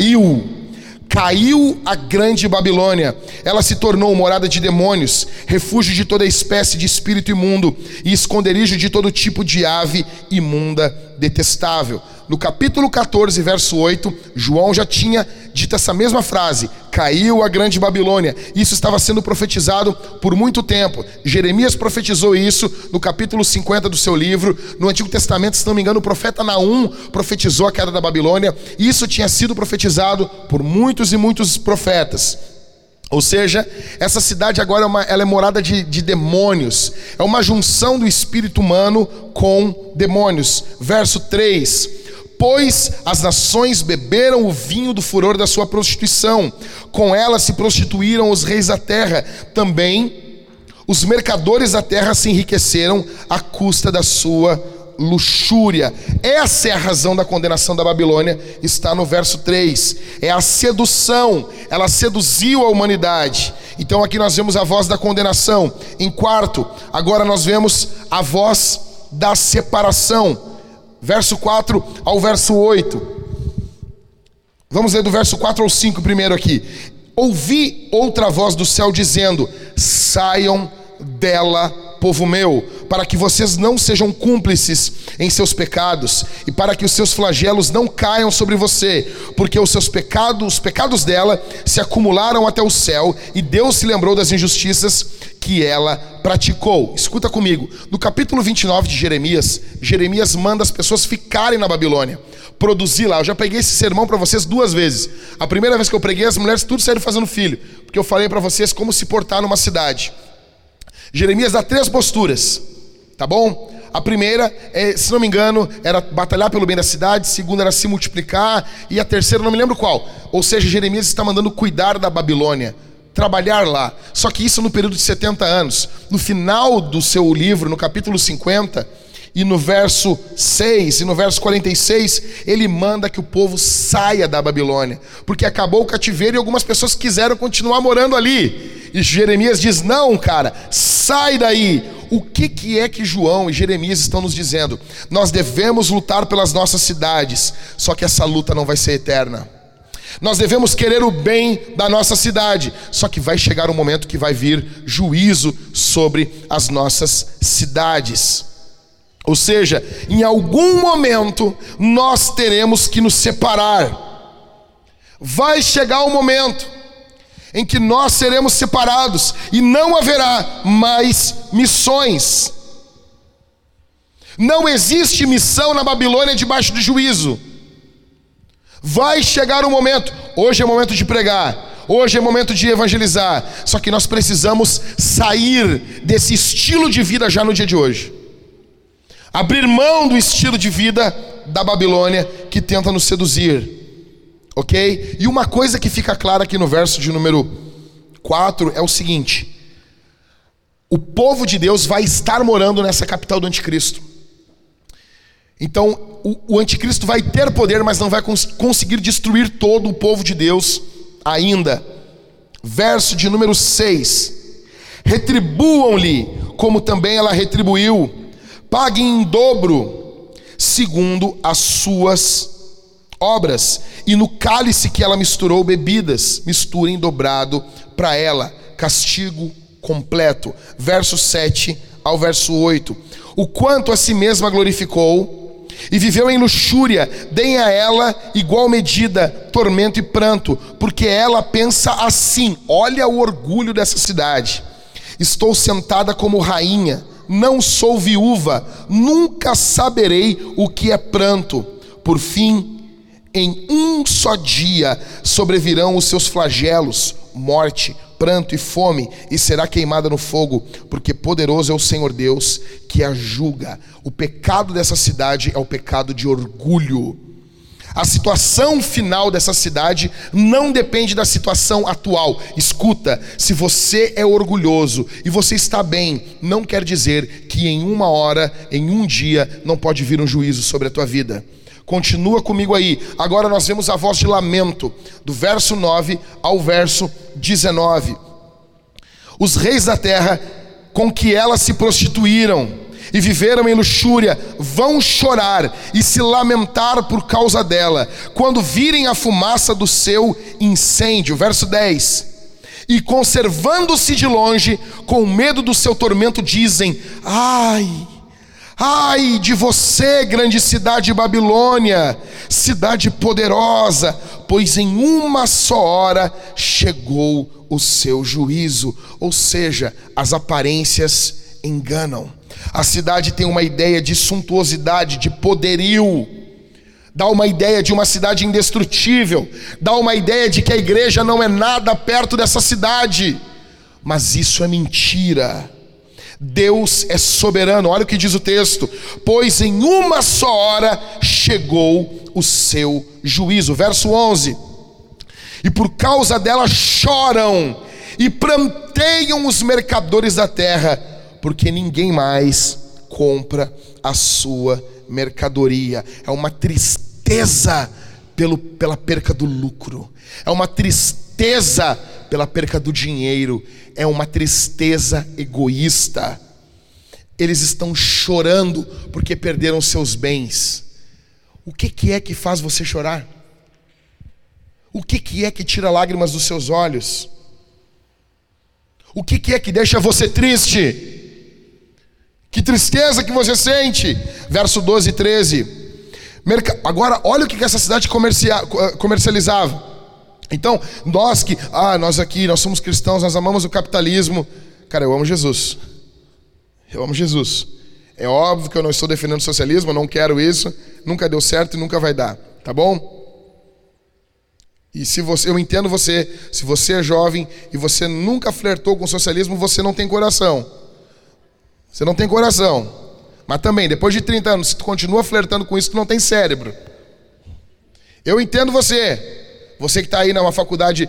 Caiu a grande Babilônia, ela se tornou morada de demônios, refúgio de toda espécie de espírito imundo e esconderijo de todo tipo de ave imunda, detestável. No capítulo 14, verso 8, João já tinha dito essa mesma frase: caiu a grande Babilônia. Isso estava sendo profetizado por muito tempo. Jeremias profetizou isso no capítulo 50 do seu livro. No Antigo Testamento, se não me engano, o profeta Naum profetizou a queda da Babilônia. Isso tinha sido profetizado por muitos e muitos profetas. Ou seja, essa cidade agora ela é morada de demônios. É uma junção do espírito humano com demônios. Verso 3. Pois as nações beberam o vinho do furor da sua prostituição, com ela se prostituíram os reis da terra. Também os mercadores da terra se enriqueceram à custa da sua luxúria. Essa é a razão da condenação da Babilônia, está no verso 3. É a sedução, ela seduziu a humanidade. Então aqui nós vemos a voz da condenação. Em quarto, agora nós vemos a voz da separação. Verso 4 ao verso 8. Vamos ler do verso 4 ao 5 primeiro aqui. Ouvi outra voz do céu dizendo: saiam dela, povo meu, para que vocês não sejam cúmplices em seus pecados, e para que os seus flagelos não caiam sobre você, porque os pecados dela se acumularam até o céu, e Deus se lembrou das injustiças que ela praticou. Escuta comigo, no capítulo 29 de Jeremias, Jeremias manda as pessoas ficarem na Babilônia, produzir lá. Eu já peguei esse sermão para vocês 2 vezes. A primeira vez que eu preguei, as mulheres tudo saíram fazendo filho, porque eu falei para vocês como se portar numa cidade. Jeremias dá 3 posturas, tá bom? A primeira, se não me engano, era batalhar pelo bem da cidade. A segunda era se multiplicar. E a terceira, não me lembro qual. Ou seja, Jeremias está mandando cuidar da Babilônia, trabalhar lá. Só que isso no período de 70 anos. No final do seu livro, no capítulo 50, e no verso 6 e no verso 46, ele manda que o povo saia da Babilônia, porque acabou o cativeiro e algumas pessoas quiseram continuar morando ali. E Jeremias diz: não, cara, sai daí. O que é que João e Jeremias estão nos dizendo? Nós devemos lutar pelas nossas cidades, só que essa luta não vai ser eterna. Nós devemos querer o bem da nossa cidade, só que vai chegar um momento que vai vir juízo sobre as nossas cidades. Ou seja, em algum momento nós teremos que nos separar. Vai chegar um momento em que nós seremos separados e não haverá mais missões. Não existe missão na Babilônia debaixo do juízo. Vai chegar um momento. Hoje é momento de pregar, hoje é momento de evangelizar, só que nós precisamos sair desse estilo de vida já no dia de hoje. Abrir mão do estilo de vida da Babilônia que tenta nos seduzir. Ok? E uma coisa que fica clara aqui no verso de número 4 é o seguinte: o povo de Deus vai estar morando nessa capital do anticristo. Então o anticristo vai ter poder, mas não vai conseguir destruir todo o povo de Deus ainda. Verso de número 6: retribuam-lhe como também ela retribuiu. Paguem em dobro, segundo as suas obras. E no cálice que ela misturou bebidas, misturem dobrado para ela, castigo completo. Verso 7 ao verso 8. O quanto a si mesma glorificou e viveu em luxúria, deem a ela igual medida, tormento e pranto, porque ela pensa assim. Olha o orgulho dessa cidade. Estou sentada como rainha, não sou viúva, nunca saberei o que é pranto. Por fim, em um só dia sobrevirão os seus flagelos, morte, pranto e fome, e será queimada no fogo, porque poderoso é o Senhor Deus que a julga. O pecado dessa cidade é o pecado de orgulho. A situação final dessa cidade não depende da situação atual. Escuta, se você é orgulhoso e você está bem, não quer dizer que em uma hora, em um dia, não pode vir um juízo sobre a tua vida. Continua comigo aí. Agora nós vemos a voz de lamento, do verso 9 ao verso 19. Os reis da terra com que elas se prostituíram e viveram em luxúria vão chorar e se lamentar por causa dela, quando virem a fumaça do seu incêndio. Verso 10. E conservando-se de longe, com medo do seu tormento, dizem: ai de você, grande cidade Babilônia, cidade poderosa, pois em uma só hora chegou o seu juízo. Ou seja, as aparências enganam. A cidade tem uma ideia de suntuosidade, de poderio, dá uma ideia de uma cidade indestrutível, dá uma ideia de que a igreja não é nada perto dessa cidade. Mas isso é mentira. Deus é soberano. Olha o que diz o texto: pois em uma só hora chegou o seu juízo. Verso 11. E por causa dela choram e pranteiam os mercadores da terra, porque ninguém mais compra a sua mercadoria. É uma tristeza pela perca do lucro, é uma tristeza pela perca do dinheiro, é uma tristeza egoísta. Eles estão chorando porque perderam seus bens. O que é que faz você chorar? O que é que tira lágrimas dos seus olhos? O que é que deixa você triste? Que tristeza que você sente. Verso 12 e 13. Agora olha o que essa cidade comercializava. Então, nós somos cristãos, nós amamos o capitalismo. Cara, eu amo Jesus. Eu amo Jesus. É óbvio que eu não estou defendendo o socialismo, eu não quero isso. Nunca deu certo e nunca vai dar, tá bom? E eu entendo você, se você é jovem e você nunca flertou com o socialismo, você não tem coração. Você não tem coração. Mas também, depois de 30 anos, se tu continua flertando com isso, tu não tem cérebro. Eu entendo você. Você que está aí numa faculdade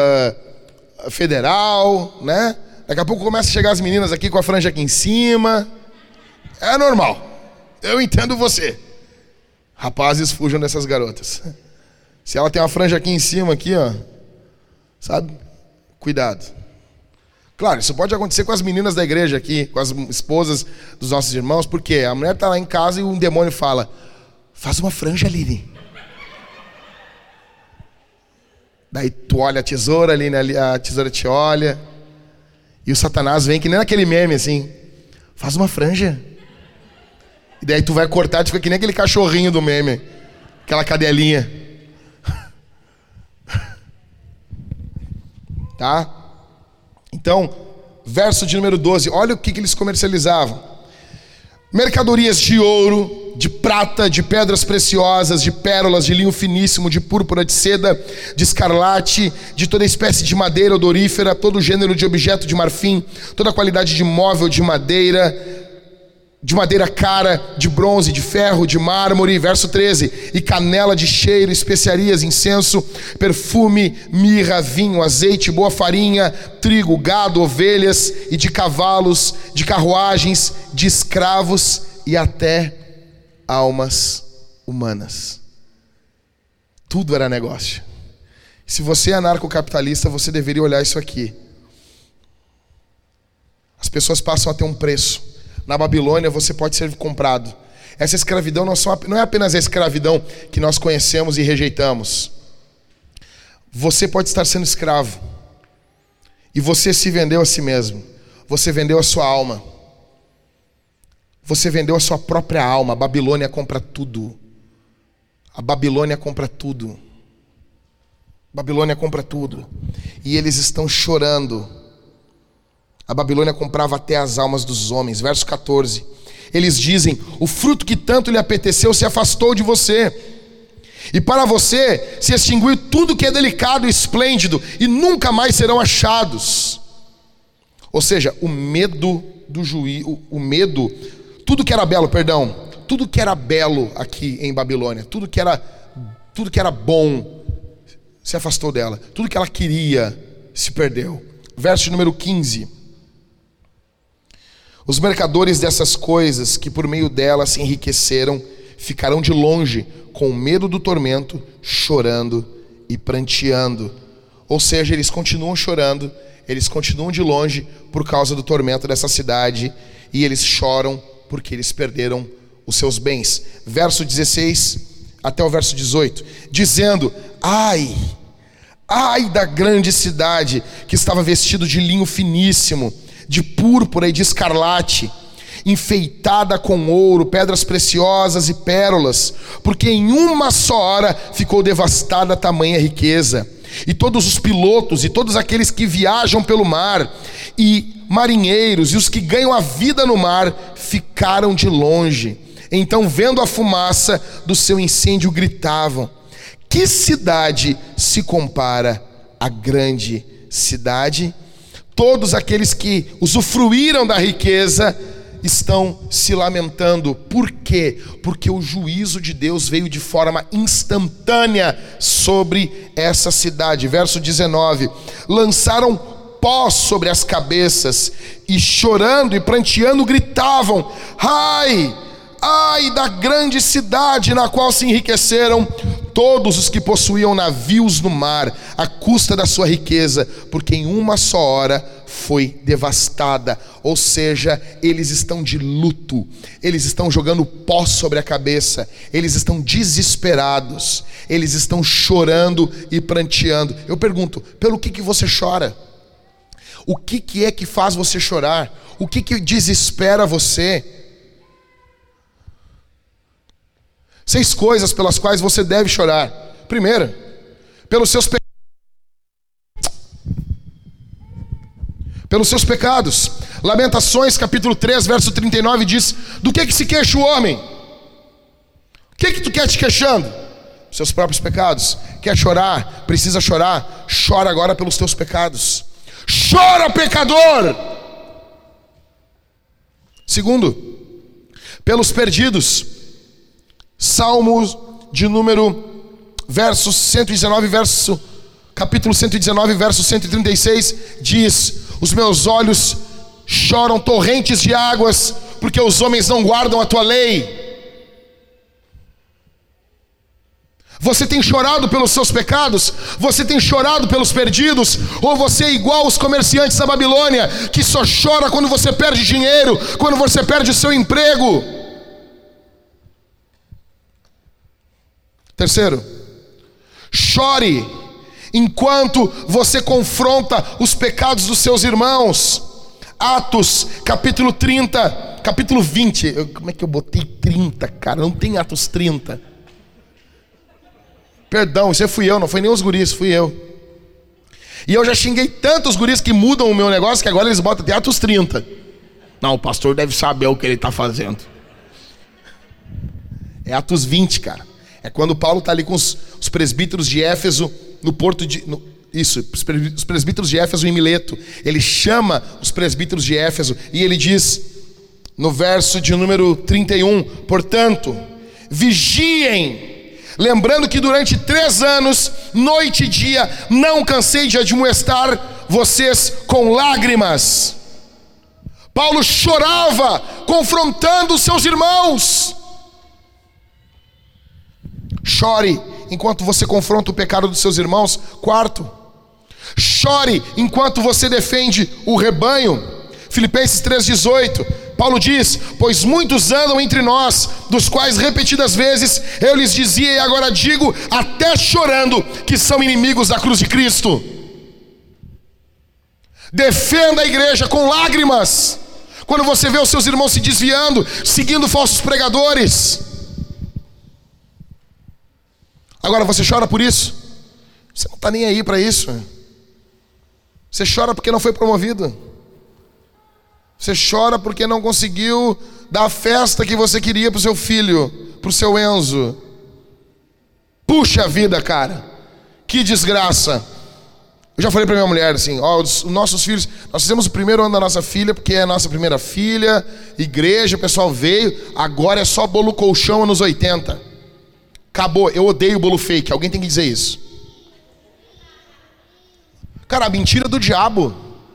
federal, né? Daqui a pouco começa a chegar as meninas aqui com a franja aqui em cima. É normal. Eu entendo você. Rapazes, fujam dessas garotas. Se ela tem uma franja aqui em cima, aqui, ó, sabe? Cuidado. Claro, isso pode acontecer com as meninas da igreja aqui, com as esposas dos nossos irmãos, porque a mulher está lá em casa e um demônio fala: faz uma franja, Aline. Daí tu olha a tesoura, Aline, a tesoura te olha, e o Satanás vem que nem naquele meme assim: faz uma franja. E daí tu vai cortar, tu fica que nem aquele cachorrinho do meme, aquela cadelinha. Tá? Então, verso de número 12, olha o que eles comercializavam: mercadorias de ouro, de prata, de pedras preciosas, de pérolas, de linho finíssimo, de púrpura, de seda, de escarlate, de toda espécie de madeira odorífera, todo gênero de objeto de marfim, toda qualidade de móvel de madeira cara, de bronze, de ferro, de mármore. Verso 13, e canela de cheiro, especiarias, incenso, perfume, mirra, vinho, azeite, boa farinha, trigo, gado, ovelhas, e de cavalos, de carruagens, de escravos e até almas humanas. Tudo era negócio. Se você é anarcocapitalista, você deveria olhar isso aqui. As pessoas passam a ter um preço. Na Babilônia você pode ser comprado. Essa escravidão não é apenas a escravidão que nós conhecemos e rejeitamos. Você pode estar sendo escravo. E você se vendeu a si mesmo. Você vendeu a sua alma. Você vendeu a sua própria alma. A Babilônia compra tudo. A Babilônia compra tudo. A Babilônia compra tudo. E eles estão chorando. A Babilônia comprava até as almas dos homens. Verso 14. Eles dizem: o fruto que tanto lhe apeteceu se afastou de você. E para você se extinguiu tudo que é delicado e esplêndido, e nunca mais serão achados. Ou seja, o medo do juízo, tudo que era belo, tudo que era belo aqui em Babilônia, tudo que era bom, se afastou dela. Tudo que ela queria se perdeu. Verso número 15. Os mercadores dessas coisas que por meio delas se enriqueceram ficarão de longe, com medo do tormento, chorando e pranteando. Ou seja, eles continuam chorando, eles continuam de longe por causa do tormento dessa cidade, e eles choram porque eles perderam os seus bens. Verso 16 até o verso 18, dizendo: ai da grande cidade, que estava vestido de linho finíssimo, de púrpura e de escarlate, enfeitada com ouro, pedras preciosas e pérolas, porque em uma só hora ficou devastada a tamanha riqueza. E todos os pilotos e todos aqueles que viajam pelo mar, e marinheiros e os que ganham a vida no mar, ficaram de longe. Então, vendo a fumaça do seu incêndio, gritavam: que cidade se compara à grande cidade? Todos aqueles que usufruíram da riqueza estão se lamentando. Por quê? Porque o juízo de Deus veio de forma instantânea sobre essa cidade. Verso 19: lançaram pó sobre as cabeças e chorando e pranteando gritavam: ai da grande cidade na qual se enriqueceram todos os que possuíam navios no mar, à custa da sua riqueza, porque em uma só hora foi devastada. Ou seja, eles estão de luto, eles estão jogando pó sobre a cabeça, eles estão desesperados, eles estão chorando e pranteando. Eu pergunto: pelo que você chora? O que é que faz você chorar? O que desespera você? 6 coisas pelas quais você deve chorar. Primeiro, pelos seus pecados. Lamentações capítulo 3 verso 39 diz: do que se queixa o homem? O que tu quer te queixando? Seus próprios pecados. Quer chorar? Precisa chorar? Chora agora pelos teus pecados. Chora, pecador! Segundo, pelos perdidos. Salmos de número verso 119, capítulo 119, verso 136 diz: os meus olhos choram torrentes de águas, porque os homens não guardam a tua lei. Você tem chorado pelos seus pecados? Você tem chorado pelos perdidos? Ou você é igual aos comerciantes da Babilônia, que só chora quando você perde dinheiro, quando você perde o seu emprego? Terceiro, chore enquanto você confronta os pecados dos seus irmãos. Atos, capítulo 20. Como é que eu botei 30, cara? Não tem Atos 30. Perdão, isso fui eu, não foi nem os guris, fui eu. E eu já xinguei tantos guris que mudam o meu negócio, que agora eles botam até Atos 30. Não, o pastor deve saber o que ele está fazendo. É Atos 20, cara. É quando Paulo está ali com os presbíteros de Éfeso no porto de... os presbíteros de Éfeso em Mileto. Ele chama os presbíteros de Éfeso e ele diz, no verso de número 31, portanto, vigiem, lembrando que durante 3 anos, noite e dia, não cansei de admoestar vocês com lágrimas. Paulo chorava, confrontando os seus irmãos. Chore enquanto você confronta o pecado dos seus irmãos. Quarto, chore enquanto você defende o rebanho. Filipenses 3,18, Paulo diz: pois muitos andam entre nós, dos quais repetidas vezes eu lhes dizia e agora digo, até chorando, que são inimigos da cruz de Cristo. Defenda a igreja com lágrimas, quando você vê os seus irmãos se desviando, seguindo falsos pregadores. Agora você chora por isso? Você não está nem aí para isso. Você chora porque não foi promovido. Você chora porque não conseguiu dar a festa que você queria para o seu filho, para o seu Enzo. Puxa vida, cara, que desgraça. Eu já falei para minha mulher assim: ó, os nossos filhos, nós fizemos o primeiro ano da nossa filha, porque é a nossa primeira filha, igreja, o pessoal veio, agora é só bolo colchão anos 80. Acabou, eu odeio bolo fake, alguém tem que dizer isso. Cara, a mentira do diabo.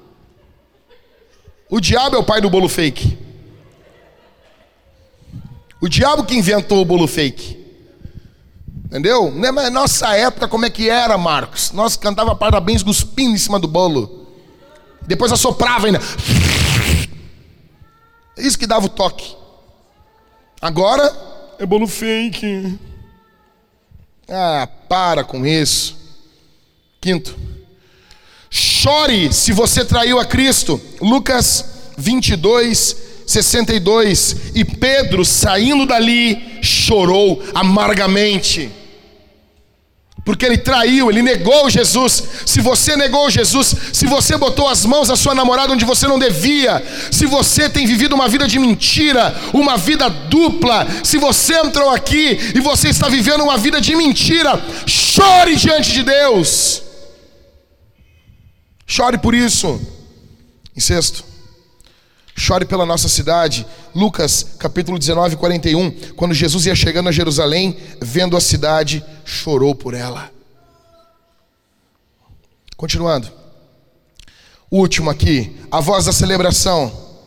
O diabo é o pai do bolo fake. O diabo que inventou o bolo fake. Entendeu? Na nossa época, como é que era, Marcos? Nós cantava parabéns cuspindo em cima do bolo. Depois assoprava ainda. Isso que dava o toque. Agora é bolo fake. Ah, para com isso. Quinto, chore se você traiu a Cristo. Lucas 22, 62. E Pedro, saindo dali, chorou amargamente, porque ele traiu, ele negou Jesus. Se você negou Jesus, se você botou as mãos à sua namorada onde você não devia, se você tem vivido uma vida de mentira, uma vida dupla, se você entrou aqui e você está vivendo uma vida de mentira, chore diante de Deus. Chore por isso. Em sexto, chore pela nossa cidade. Lucas capítulo 19, 41. Quando Jesus ia chegando a Jerusalém, vendo a cidade, chorou por ela. Continuando. O último aqui, a voz da celebração.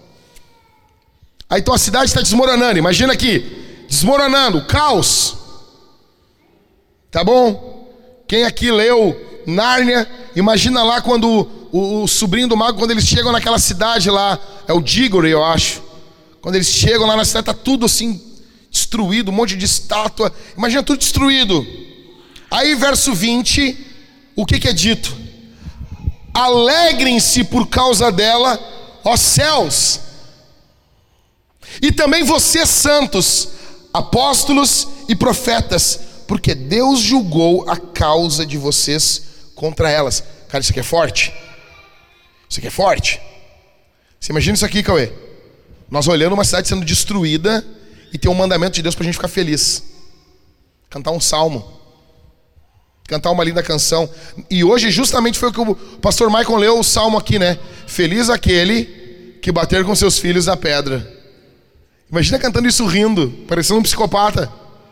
Aí então a cidade está desmoronando. Imagina aqui, desmoronando, caos. Tá bom? Quem aqui leu Nárnia, imagina lá quando o sobrinho do mago, quando eles chegam naquela cidade lá, é o Diggory, eu acho. Quando eles chegam lá na cidade, está tudo assim destruído, um monte de estátua. Imagina tudo destruído. Aí verso 20, o que é dito? Alegrem-se por causa dela, ó céus, e também vocês santos, apóstolos e profetas, porque Deus julgou a causa de vocês contra elas. Cara, isso aqui é forte. Isso aqui é forte. Você imagina isso aqui, Cauê? Nós olhando uma cidade sendo destruída e tem um mandamento de Deus pra gente ficar feliz. Cantar um salmo. Cantar uma linda canção. E hoje justamente foi o que o pastor Michael leu o salmo aqui, né? Feliz aquele que bater com seus filhos na pedra. Imagina cantando isso rindo, parecendo um psicopata.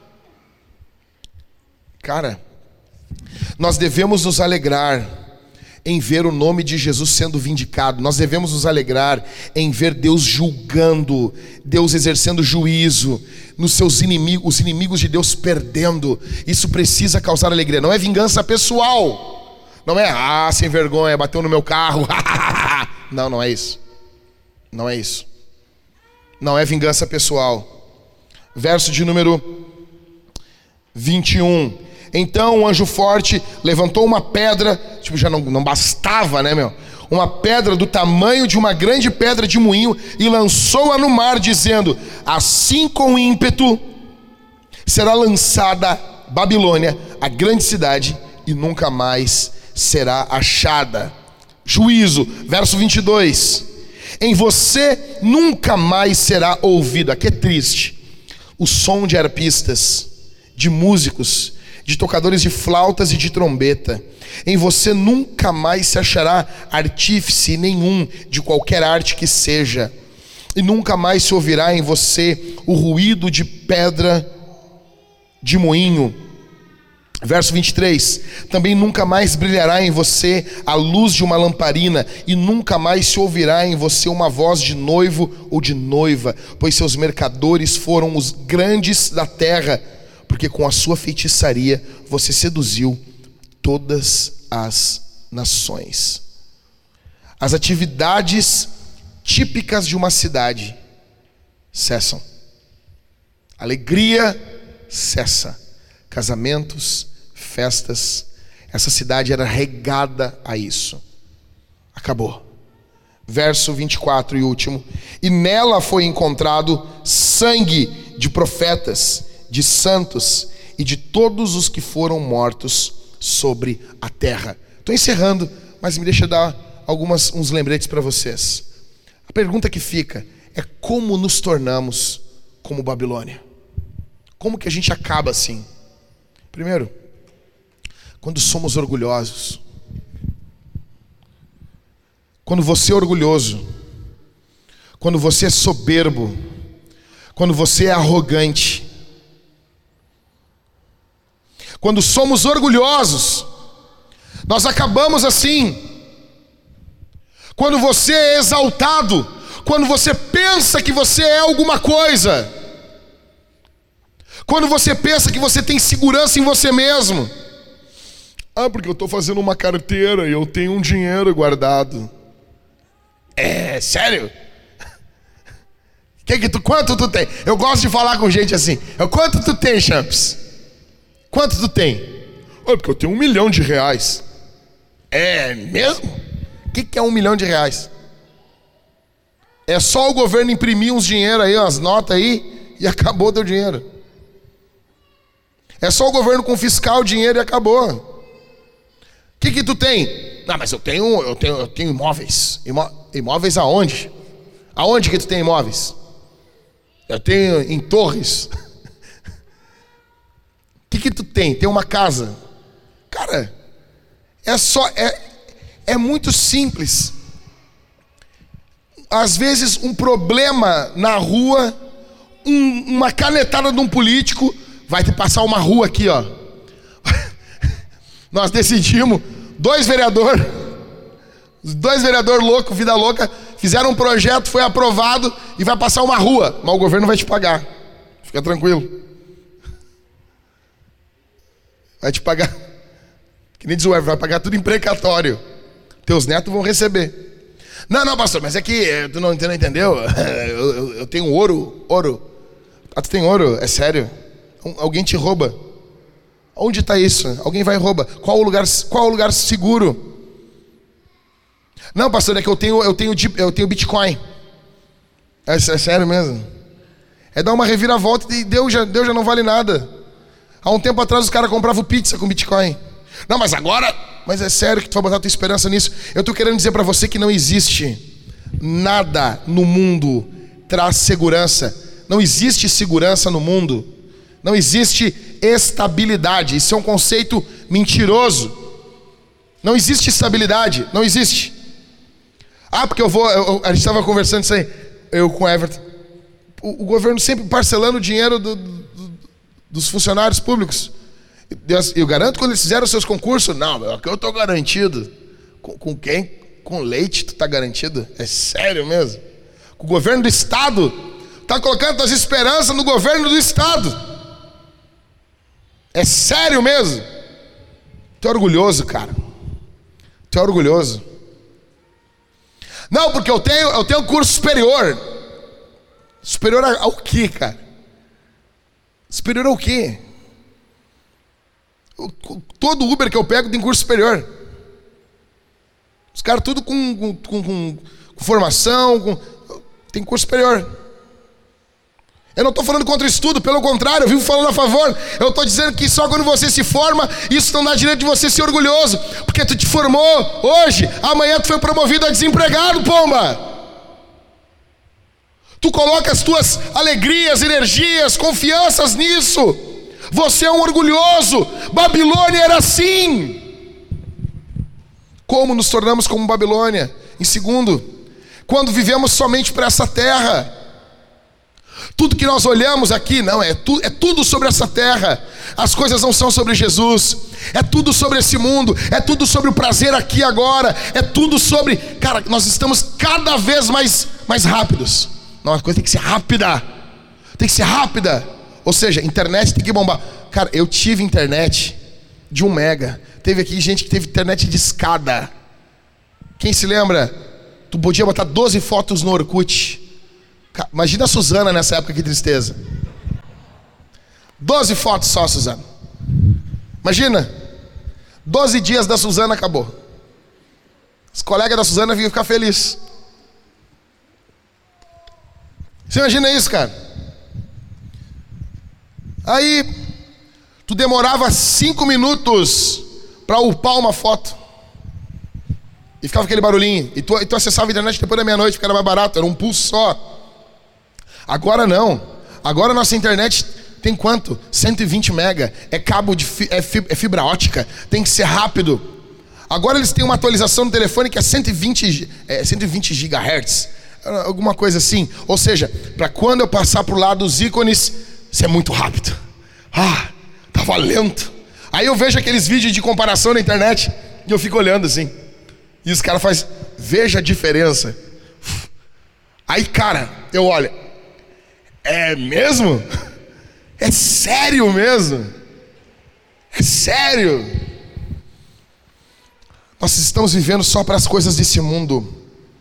Cara, nós devemos nos alegrar em ver o nome de Jesus sendo vindicado. Nós devemos nos alegrar em ver Deus julgando, Deus exercendo juízo nos seus inimigos, os inimigos de Deus perdendo. Isso precisa causar alegria. Não é vingança pessoal. Não é, sem vergonha, bateu no meu carro. Não, não é isso. Não é isso. Não é vingança pessoal. Verso de número 21. Então o anjo forte levantou uma pedra, tipo, já não bastava, né, meu? Uma pedra do tamanho de uma grande pedra de moinho e lançou-a no mar, dizendo: assim com ímpeto será lançada Babilônia, a grande cidade, e nunca mais será achada. Juízo, verso 22. Em você nunca mais será ouvido, aqui é triste, o som de arpistas, de músicos, de tocadores de flautas e de trombeta. Em você nunca mais se achará artífice nenhum de qualquer arte que seja, e nunca mais se ouvirá em você o ruído de pedra de moinho. Verso 23. Também nunca mais brilhará em você a luz de uma lamparina, e nunca mais se ouvirá em você uma voz de noivo ou de noiva, pois seus mercadores foram os grandes da terra, porque com a sua feitiçaria você seduziu todas as nações. As atividades típicas de uma cidade cessam. Alegria cessa. Casamentos, festas. Essa cidade era regada a isso. Acabou. Verso 24 e último. E nela foi encontrado sangue de profetas, de santos e de todos os que foram mortos sobre a terra. Estou encerrando, mas me deixa dar uns lembretes para vocês. A pergunta que fica é: como nos tornamos como Babilônia? Como que a gente acaba assim? Primeiro, quando somos orgulhosos. Quando você é orgulhoso, quando você é soberbo, quando você é arrogante, quando somos orgulhosos, nós acabamos assim. Quando você é exaltado, quando você pensa que você é alguma coisa, quando você pensa que você tem segurança em você mesmo. Porque eu estou fazendo uma carteira e eu tenho um dinheiro guardado. É sério? Quanto tu tem? Eu gosto de falar com gente assim. Quanto tu tem, Champs? Quanto tu tem? Porque eu tenho R$1 milhão. É mesmo? O que é R$1 milhão? É só o governo imprimir uns dinheiro aí, umas notas aí, e acabou teu dinheiro. É só o governo confiscar o dinheiro e acabou. O que tu tem? Mas eu tenho imóveis. Imóveis aonde? Aonde que tu tem imóveis? Eu tenho em Torres. O que tu tem? Tem uma casa. Cara, é muito simples. Às vezes um problema na rua, uma canetada de um político, vai te passar uma rua aqui, ó. Nós decidimos, dois vereadores loucos, vida louca, fizeram um projeto, foi aprovado e vai passar uma rua, mas o governo vai te pagar. Fica tranquilo. Vai te pagar. Que nem diz o Everton, vai pagar tudo em precatório. Teus netos vão receber. Não, pastor, mas é que tu não entendeu? Eu tenho ouro. Tu tem ouro? É sério? Alguém te rouba. Onde está isso? Alguém vai e rouba. Qual o lugar seguro? Não, pastor, é que eu tenho Bitcoin. É sério mesmo? É dar uma reviravolta e Deus já não vale nada. Há um tempo atrás os caras compravam pizza com Bitcoin. Não, mas agora... Mas é sério que tu vai botar tua esperança nisso? Eu estou querendo dizer para você que não existe nada no mundo traz segurança. Não existe segurança no mundo. Não existe estabilidade. Isso é um conceito mentiroso. Não existe estabilidade. Não existe. Porque a gente estava conversando isso aí, eu com o Everton. O governo sempre parcelando o dinheiro dos funcionários públicos. Eu garanto quando eles fizeram os seus concursos. Não, aqui eu estou garantido. Com quem? Com leite tu está garantido? É sério mesmo? O governo do estado está colocando as esperanças no governo do estado. É sério mesmo? Tu é orgulhoso, cara. Tu é orgulhoso. Não, porque eu tenho curso superior. Superior ao quê, cara? Superior ao quê? Todo Uber que eu pego tem curso superior. Os caras tudo com formação, tem curso superior. Eu não estou falando contra o estudo, pelo contrário, eu vivo falando a favor. Eu estou dizendo que só quando você se forma, isso não dá direito de você ser orgulhoso. Porque tu te formou hoje, amanhã tu foi promovido a desempregado, pomba. Tu coloca as tuas alegrias, energias, confianças nisso. Você é um orgulhoso. Babilônia era assim. Como nos tornamos como Babilônia? Em segundo, quando vivemos somente para essa terra. Tudo que nós olhamos aqui, não, é tudo sobre essa terra. As coisas não são sobre Jesus. É tudo sobre esse mundo. É tudo sobre o prazer aqui e agora. É tudo sobre... Cara, nós estamos cada vez mais rápidos. Não, a coisa tem que ser rápida. Tem que ser rápida. Ou seja, internet tem que bombar. Cara, eu tive internet de 1 mega. Teve aqui gente que teve internet de escada. Quem se lembra? Tu podia botar 12 fotos no Orkut. Imagina a Suzana nessa época, que tristeza. 12 fotos só, Suzana. Imagina. 12 dias da Suzana, acabou. Os colegas da Suzana iam ficar felizes. Você imagina isso, cara? Aí, tu demorava 5 minutos para upar uma foto. E ficava aquele barulhinho. E tu acessava a internet depois da meia-noite, porque era mais barato, era um pulso só. Agora não. Agora a nossa internet tem quanto? 120 mega. É cabo de é fibra ótica. Tem que ser rápido. Agora eles têm uma atualização no telefone que é 120 GHz. Alguma coisa assim. Ou seja, para quando eu passar pro lado dos ícones, isso é muito rápido. Tava lento. Aí eu vejo aqueles vídeos de comparação na internet e eu fico olhando assim. E os caras fazem, veja a diferença. Aí, cara, eu olho. É mesmo? É sério mesmo? É sério? Nós estamos vivendo só para as coisas desse mundo.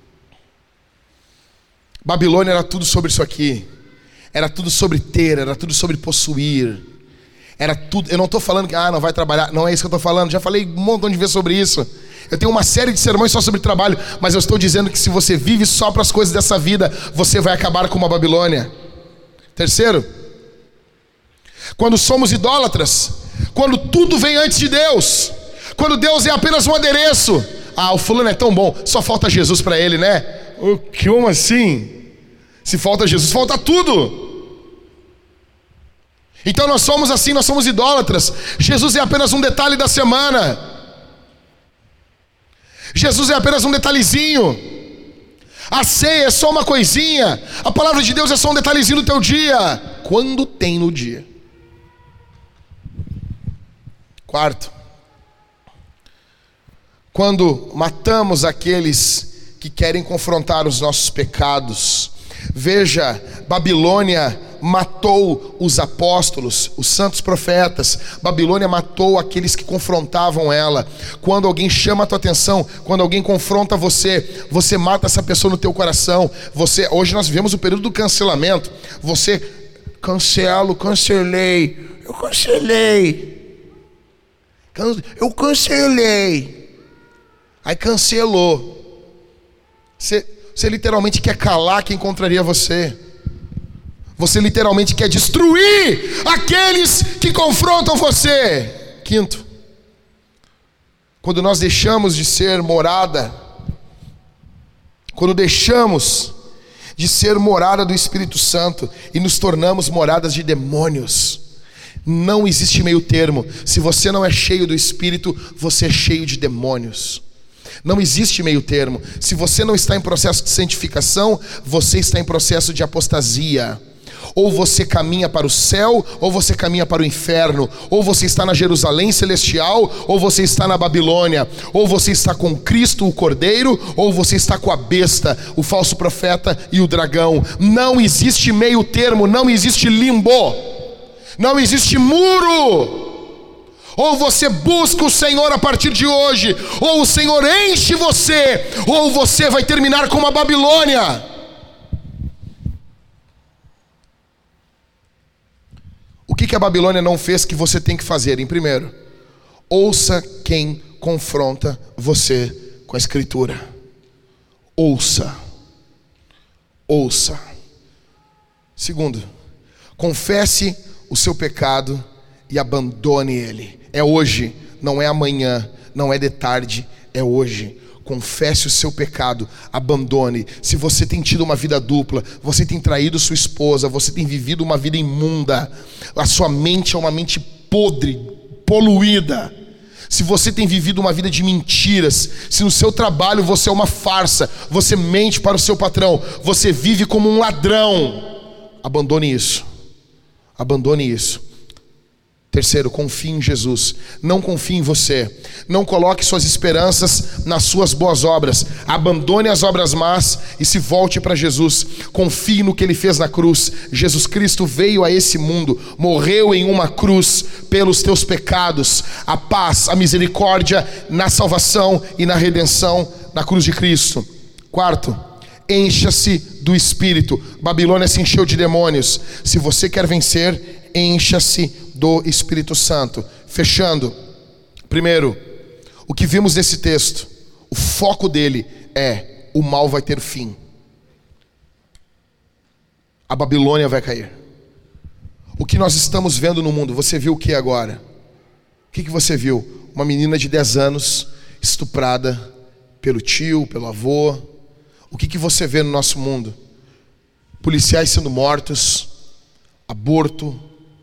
Babilônia era tudo sobre isso aqui. Era tudo sobre ter, era tudo sobre possuir. Era tudo. Eu não estou falando que não vai trabalhar. Não é isso que eu estou falando. Já falei um montão de vezes sobre isso. Eu tenho uma série de sermões só sobre trabalho. Mas eu estou dizendo que se você vive só para as coisas dessa vida, você vai acabar com uma Babilônia. Terceiro, quando somos idólatras, quando tudo vem antes de Deus, quando Deus é apenas um adereço. O fulano é tão bom, só falta Jesus para ele, né? Como assim? Se falta Jesus, falta tudo. Então nós somos assim, nós somos idólatras. Jesus é apenas um detalhe da semana. Jesus é apenas um detalhezinho. A ceia é só uma coisinha. A palavra de Deus é só um detalhezinho do teu dia. Quando tem no dia. Quarto, quando matamos aqueles que querem confrontar os nossos pecados. Veja, Babilônia matou os apóstolos, os santos profetas. Babilônia matou aqueles que confrontavam ela. Quando alguém chama a tua atenção, quando alguém confronta você, você mata essa pessoa no teu coração. Hoje nós vivemos o período do cancelamento. Você cancelei. Aí cancelou. Você literalmente quer calar quem contraria você. Você literalmente quer destruir aqueles que confrontam você. Quinto, quando nós deixamos de ser morada, quando deixamos de ser morada do Espírito Santo e nos tornamos moradas de demônios, não existe meio termo. Se você não é cheio do Espírito, você é cheio de demônios. Não existe meio termo. Se você não está em processo de santificação, você está em processo de apostasia. Ou você caminha para o céu, ou você caminha para o inferno. Ou você está na Jerusalém celestial, ou você está na Babilônia. Ou você está com Cristo, o Cordeiro, ou você está com a besta, o falso profeta e o dragão. Não existe meio termo, não existe limbo, não existe muro. Ou você busca o Senhor a partir de hoje, ou o Senhor enche você, ou você vai terminar como a Babilônia. O que a Babilônia não fez que você tem que fazer? Em primeiro, ouça quem confronta você com a Escritura. Ouça. Segundo, confesse o seu pecado e abandone ele. É hoje, não é amanhã, não é de tarde, é hoje. Confesse o seu pecado, abandone. Se você tem tido uma vida dupla, você tem traído sua esposa, você tem vivido uma vida imunda, a sua mente é uma mente podre, poluída. Se você tem vivido uma vida de mentiras, se no seu trabalho você é uma farsa, você mente para o seu patrão, você vive como um ladrão, abandone isso. Abandone isso. Terceiro, confie em Jesus. Não confie em você. Não coloque suas esperanças nas suas boas obras. Abandone as obras más e se volte para Jesus. Confie no que Ele fez na cruz. Jesus Cristo veio a esse mundo, morreu em uma cruz pelos teus pecados. A paz, a misericórdia na salvação e na redenção na cruz de Cristo. Quarto, encha-se do Espírito. Babilônia se encheu de demônios. Se você quer vencer, encha-se do Espírito Santo. Fechando. Primeiro, o que vimos nesse texto, o foco dele é: o mal vai ter fim. A Babilônia vai cair. O que nós estamos vendo no mundo, você viu o que agora? O que você viu? Uma menina de 10 anos estuprada pelo tio, pelo avô. O que você vê no nosso mundo? Policiais sendo mortos, aborto.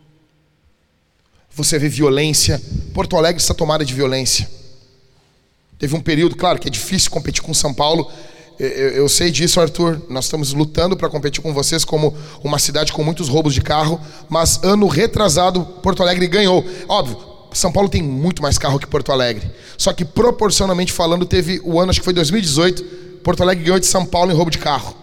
Você vê violência. Porto Alegre está tomada de violência. Teve um período, claro que é difícil competir com São Paulo. Eu sei disso, Arthur. Nós estamos lutando para competir com vocês como uma cidade com muitos roubos de carro. Mas ano retrasado, Porto Alegre ganhou. Óbvio, São Paulo tem muito mais carro que Porto Alegre. Só que proporcionalmente falando, teve o ano, acho que foi 2018, Porto Alegre ganhou de São Paulo em roubo de carro.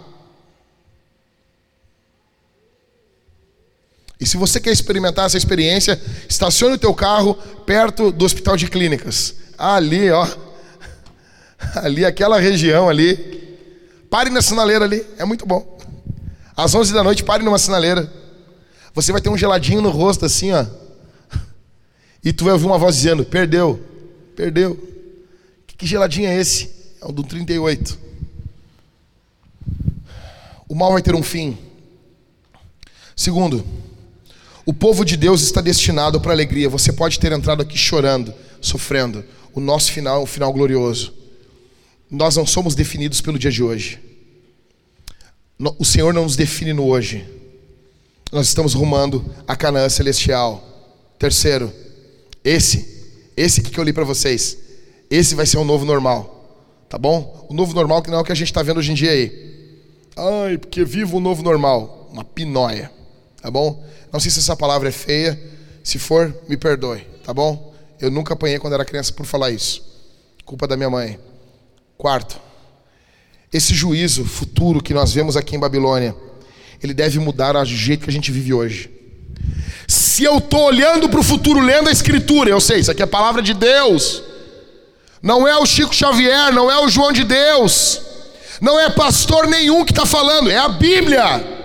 E se você quer experimentar essa experiência, estacione o teu carro perto do Hospital de Clínicas. Ali, ó. Ali, aquela região ali. Pare na sinaleira ali, é muito bom. Às 11 da noite, pare numa sinaleira. Você vai ter um geladinho no rosto assim, ó. E tu vai ouvir uma voz dizendo: perdeu, perdeu. Que geladinho é esse? É o do 38. O mal vai ter um fim. Segundo, o povo de Deus está destinado para a alegria. Você pode ter entrado aqui chorando, sofrendo. O nosso final é um final glorioso. Nós não somos definidos pelo dia de hoje. O Senhor não nos define no hoje. Nós estamos rumando a Canaã celestial. Terceiro, esse que eu li para vocês, esse vai ser o novo normal, tá bom? O novo normal que não é o que a gente está vendo hoje em dia aí. Ai, porque vivo o novo normal. Uma pinóia, tá bom? Não sei se essa palavra é feia. Se for, me perdoe, tá bom? Eu nunca apanhei quando era criança por falar isso. Culpa da minha mãe. Quarto, esse juízo futuro que nós vemos aqui em Babilônia, ele deve mudar o jeito que a gente vive hoje. Se eu estou olhando para o futuro, lendo a Escritura, eu sei, isso aqui é a palavra de Deus. Não é o Chico Xavier, não é o João de Deus, não é pastor nenhum que está falando, é a Bíblia.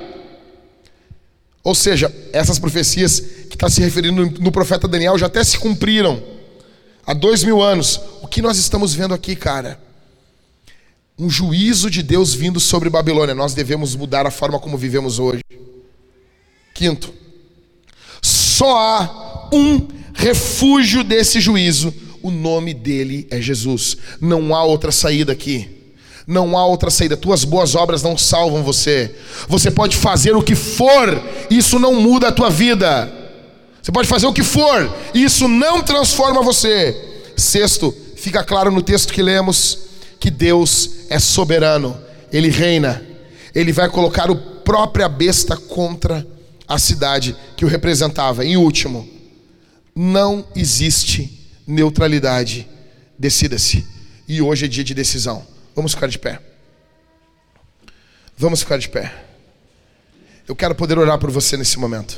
Ou seja, essas profecias que está se referindo no profeta Daniel já até se cumpriram há 2000 anos. O que nós estamos vendo aqui, cara? Um juízo de Deus vindo sobre Babilônia. Nós devemos mudar a forma como vivemos hoje. Quinto, só há um refúgio desse juízo. O nome dele é Jesus. Não há outra saída aqui. Não há outra saída. Tuas boas obras não salvam você. Você pode fazer o que for, isso não muda a tua vida. Você pode fazer o que for, isso não transforma você. Sexto, fica claro no texto que lemos que Deus é soberano. Ele reina. Ele vai colocar a própria besta contra a cidade que o representava. Em último, não existe neutralidade. Decida-se. E hoje é dia de decisão. Vamos ficar de pé. Vamos ficar de pé. Eu quero poder orar por você nesse momento.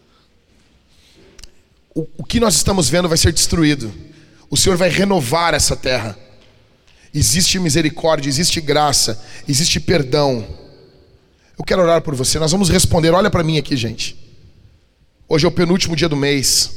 O que nós estamos vendo vai ser destruído. O Senhor vai renovar essa terra. Existe misericórdia, existe graça, existe perdão. Eu quero orar por você. Nós vamos responder. Olha para mim aqui, gente. Hoje é o penúltimo dia do mês.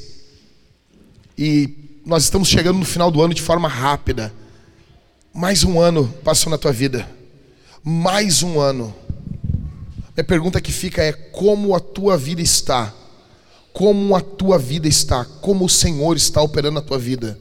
E nós estamos chegando no final do ano de forma rápida. Mais um ano passou na tua vida. Mais um ano. Minha pergunta que fica é: como a tua vida está? Como a tua vida está? Como o Senhor está operando na tua vida?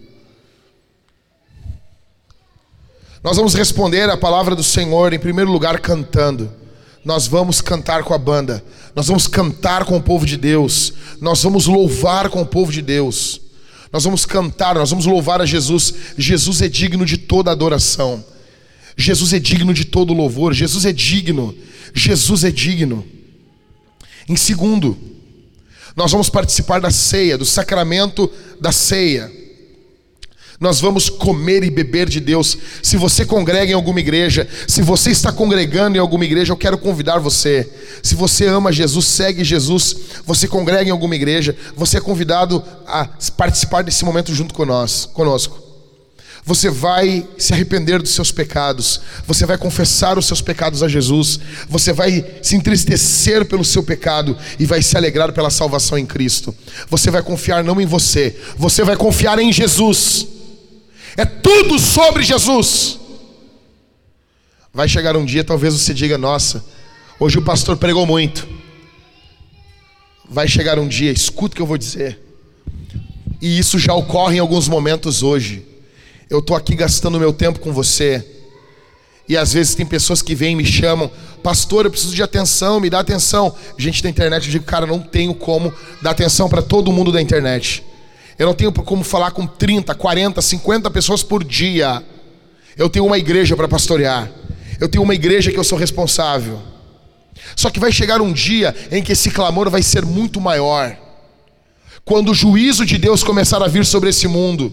Nós vamos responder a palavra do Senhor, em primeiro lugar, cantando. Nós vamos cantar com a banda. Nós vamos cantar com o povo de Deus. Nós vamos louvar com o povo de Deus. Nós vamos cantar, nós vamos louvar a Jesus. Jesus é digno de toda adoração. Jesus é digno de todo louvor. Jesus é digno. Jesus é digno. Em segundo, nós vamos participar da ceia, do sacramento da ceia. Nós vamos comer e beber de Deus. Se você congrega em alguma igreja, se você está congregando em alguma igreja, eu quero convidar você. Se você ama Jesus, segue Jesus, você congrega em alguma igreja, você é convidado a participar desse momento junto conosco. Você vai se arrepender dos seus pecados, você vai confessar os seus pecados a Jesus, você vai se entristecer pelo seu pecado e vai se alegrar pela salvação em Cristo. Você vai confiar não em você, você vai confiar em Jesus. É tudo sobre Jesus. Vai chegar um dia, talvez você diga: nossa, hoje o pastor pregou muito. Vai chegar um dia, escuta o que eu vou dizer, e isso já ocorre em alguns momentos hoje. Eu estou aqui gastando meu tempo com você, e às vezes tem pessoas que vêm e me chamam: pastor, eu preciso de atenção, me dá atenção. Gente da internet, eu digo: cara, não tenho como dar atenção para todo mundo da internet. Eu não tenho como falar com 30, 40, 50 pessoas por dia. Eu tenho uma igreja para pastorear, eu tenho uma igreja que eu sou responsável. Só que vai chegar um dia em que esse clamor vai ser muito maior, quando o juízo de Deus começar a vir sobre esse mundo.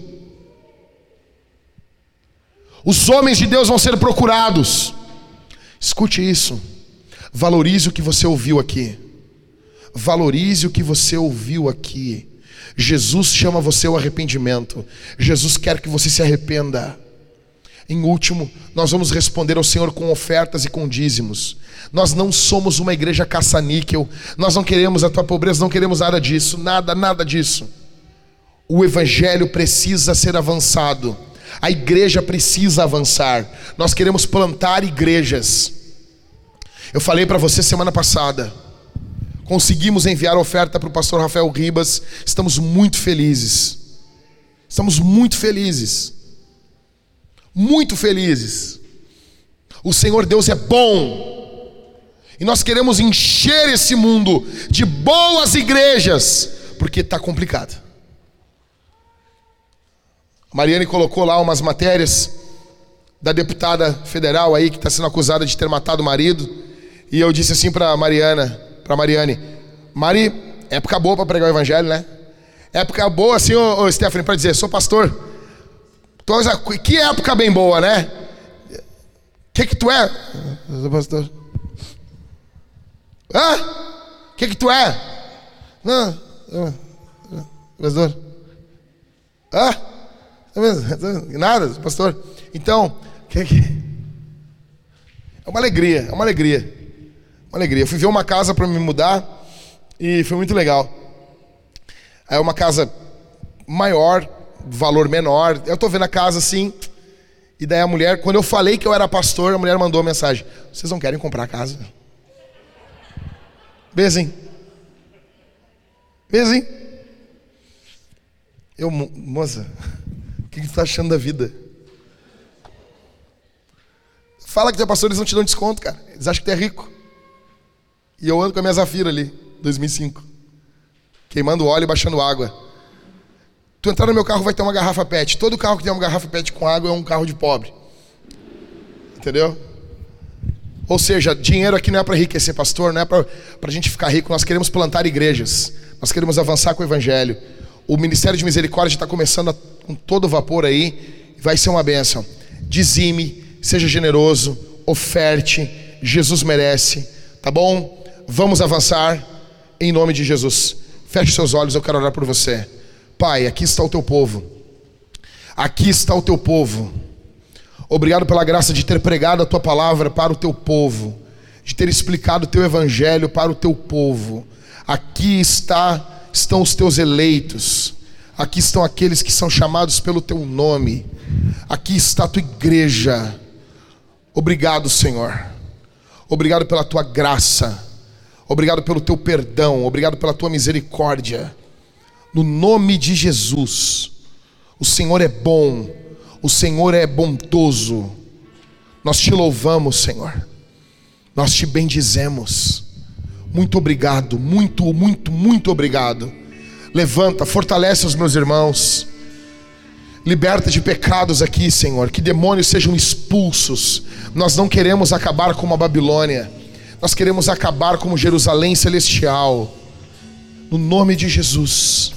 Os homens de Deus vão ser procurados. Escute isso. Valorize o que você ouviu aqui. Valorize o que você ouviu aqui. Jesus chama você ao arrependimento. Jesus quer que você se arrependa. Em último, nós vamos responder ao Senhor com ofertas e com dízimos. Nós não somos uma igreja caça-níquel. Nós não queremos a tua pobreza, não queremos nada disso. Nada disso. O evangelho precisa ser avançado. A igreja precisa avançar. Nós queremos plantar igrejas. Eu falei para você semana passada. Conseguimos enviar a oferta para o pastor Rafael Ribas. Estamos muito felizes. Estamos muito felizes. Muito felizes. O Senhor Deus é bom. E nós queremos encher esse mundo de boas igrejas, porque está complicado. Mariane colocou lá umas matérias da deputada federal aí que está sendo acusada de ter matado o marido. E eu disse assim para Mariane: Mari, época boa para pregar o evangelho, né? Época boa assim, ô Stephanie, para dizer: sou pastor. Que época bem boa, né? Que tu é? Eu sou pastor. Hã? Que tu é? Não, pastor. Hã? Nada, pastor. Então, é uma alegria. Eu fui ver uma casa para me mudar e foi muito legal. É uma casa maior, valor menor. Eu tô vendo a casa assim, e daí a mulher, quando eu falei que eu era pastor, a mulher mandou uma mensagem: vocês não querem comprar a casa? Beijinho. Eu, moça, o que tu tá achando da vida? Fala que tu é pastor, eles não te dão desconto, cara. Eles acham que tu é rico. E eu ando com a minha Zafira ali, 2005, queimando óleo e baixando água. Tu entrar no meu carro, vai ter uma garrafa PET. Todo carro que tem uma garrafa PET com água é um carro de pobre. Entendeu? Ou seja, dinheiro aqui não é para enriquecer pastor, não é para a gente ficar rico. Nós queremos plantar igrejas. Nós queremos avançar com o evangelho. O Ministério de Misericórdia está começando com todo vapor aí. Vai ser uma bênção. Dizime, seja generoso, oferte. Jesus merece. Tá bom? Vamos avançar em nome de Jesus. Feche seus olhos, eu quero orar por você. Pai, aqui está o teu povo. Aqui está o teu povo. Obrigado pela graça de ter pregado a tua palavra para o teu povo, de ter explicado o teu evangelho para o teu povo. Aqui estão os teus eleitos. Aqui estão aqueles que são chamados pelo teu nome. Aqui está a tua igreja. Obrigado, Senhor. Obrigado pela tua graça. Obrigado pelo teu perdão. Obrigado pela tua misericórdia. No nome de Jesus. O Senhor é bom. O Senhor é bondoso. Nós te louvamos, Senhor. Nós te bendizemos. Muito obrigado. Muito obrigado. Levanta, fortalece os meus irmãos. Liberta de pecados aqui, Senhor. Que demônios sejam expulsos. Nós não queremos acabar como a Babilônia. Nós queremos acabar como Jerusalém celestial. No nome de Jesus.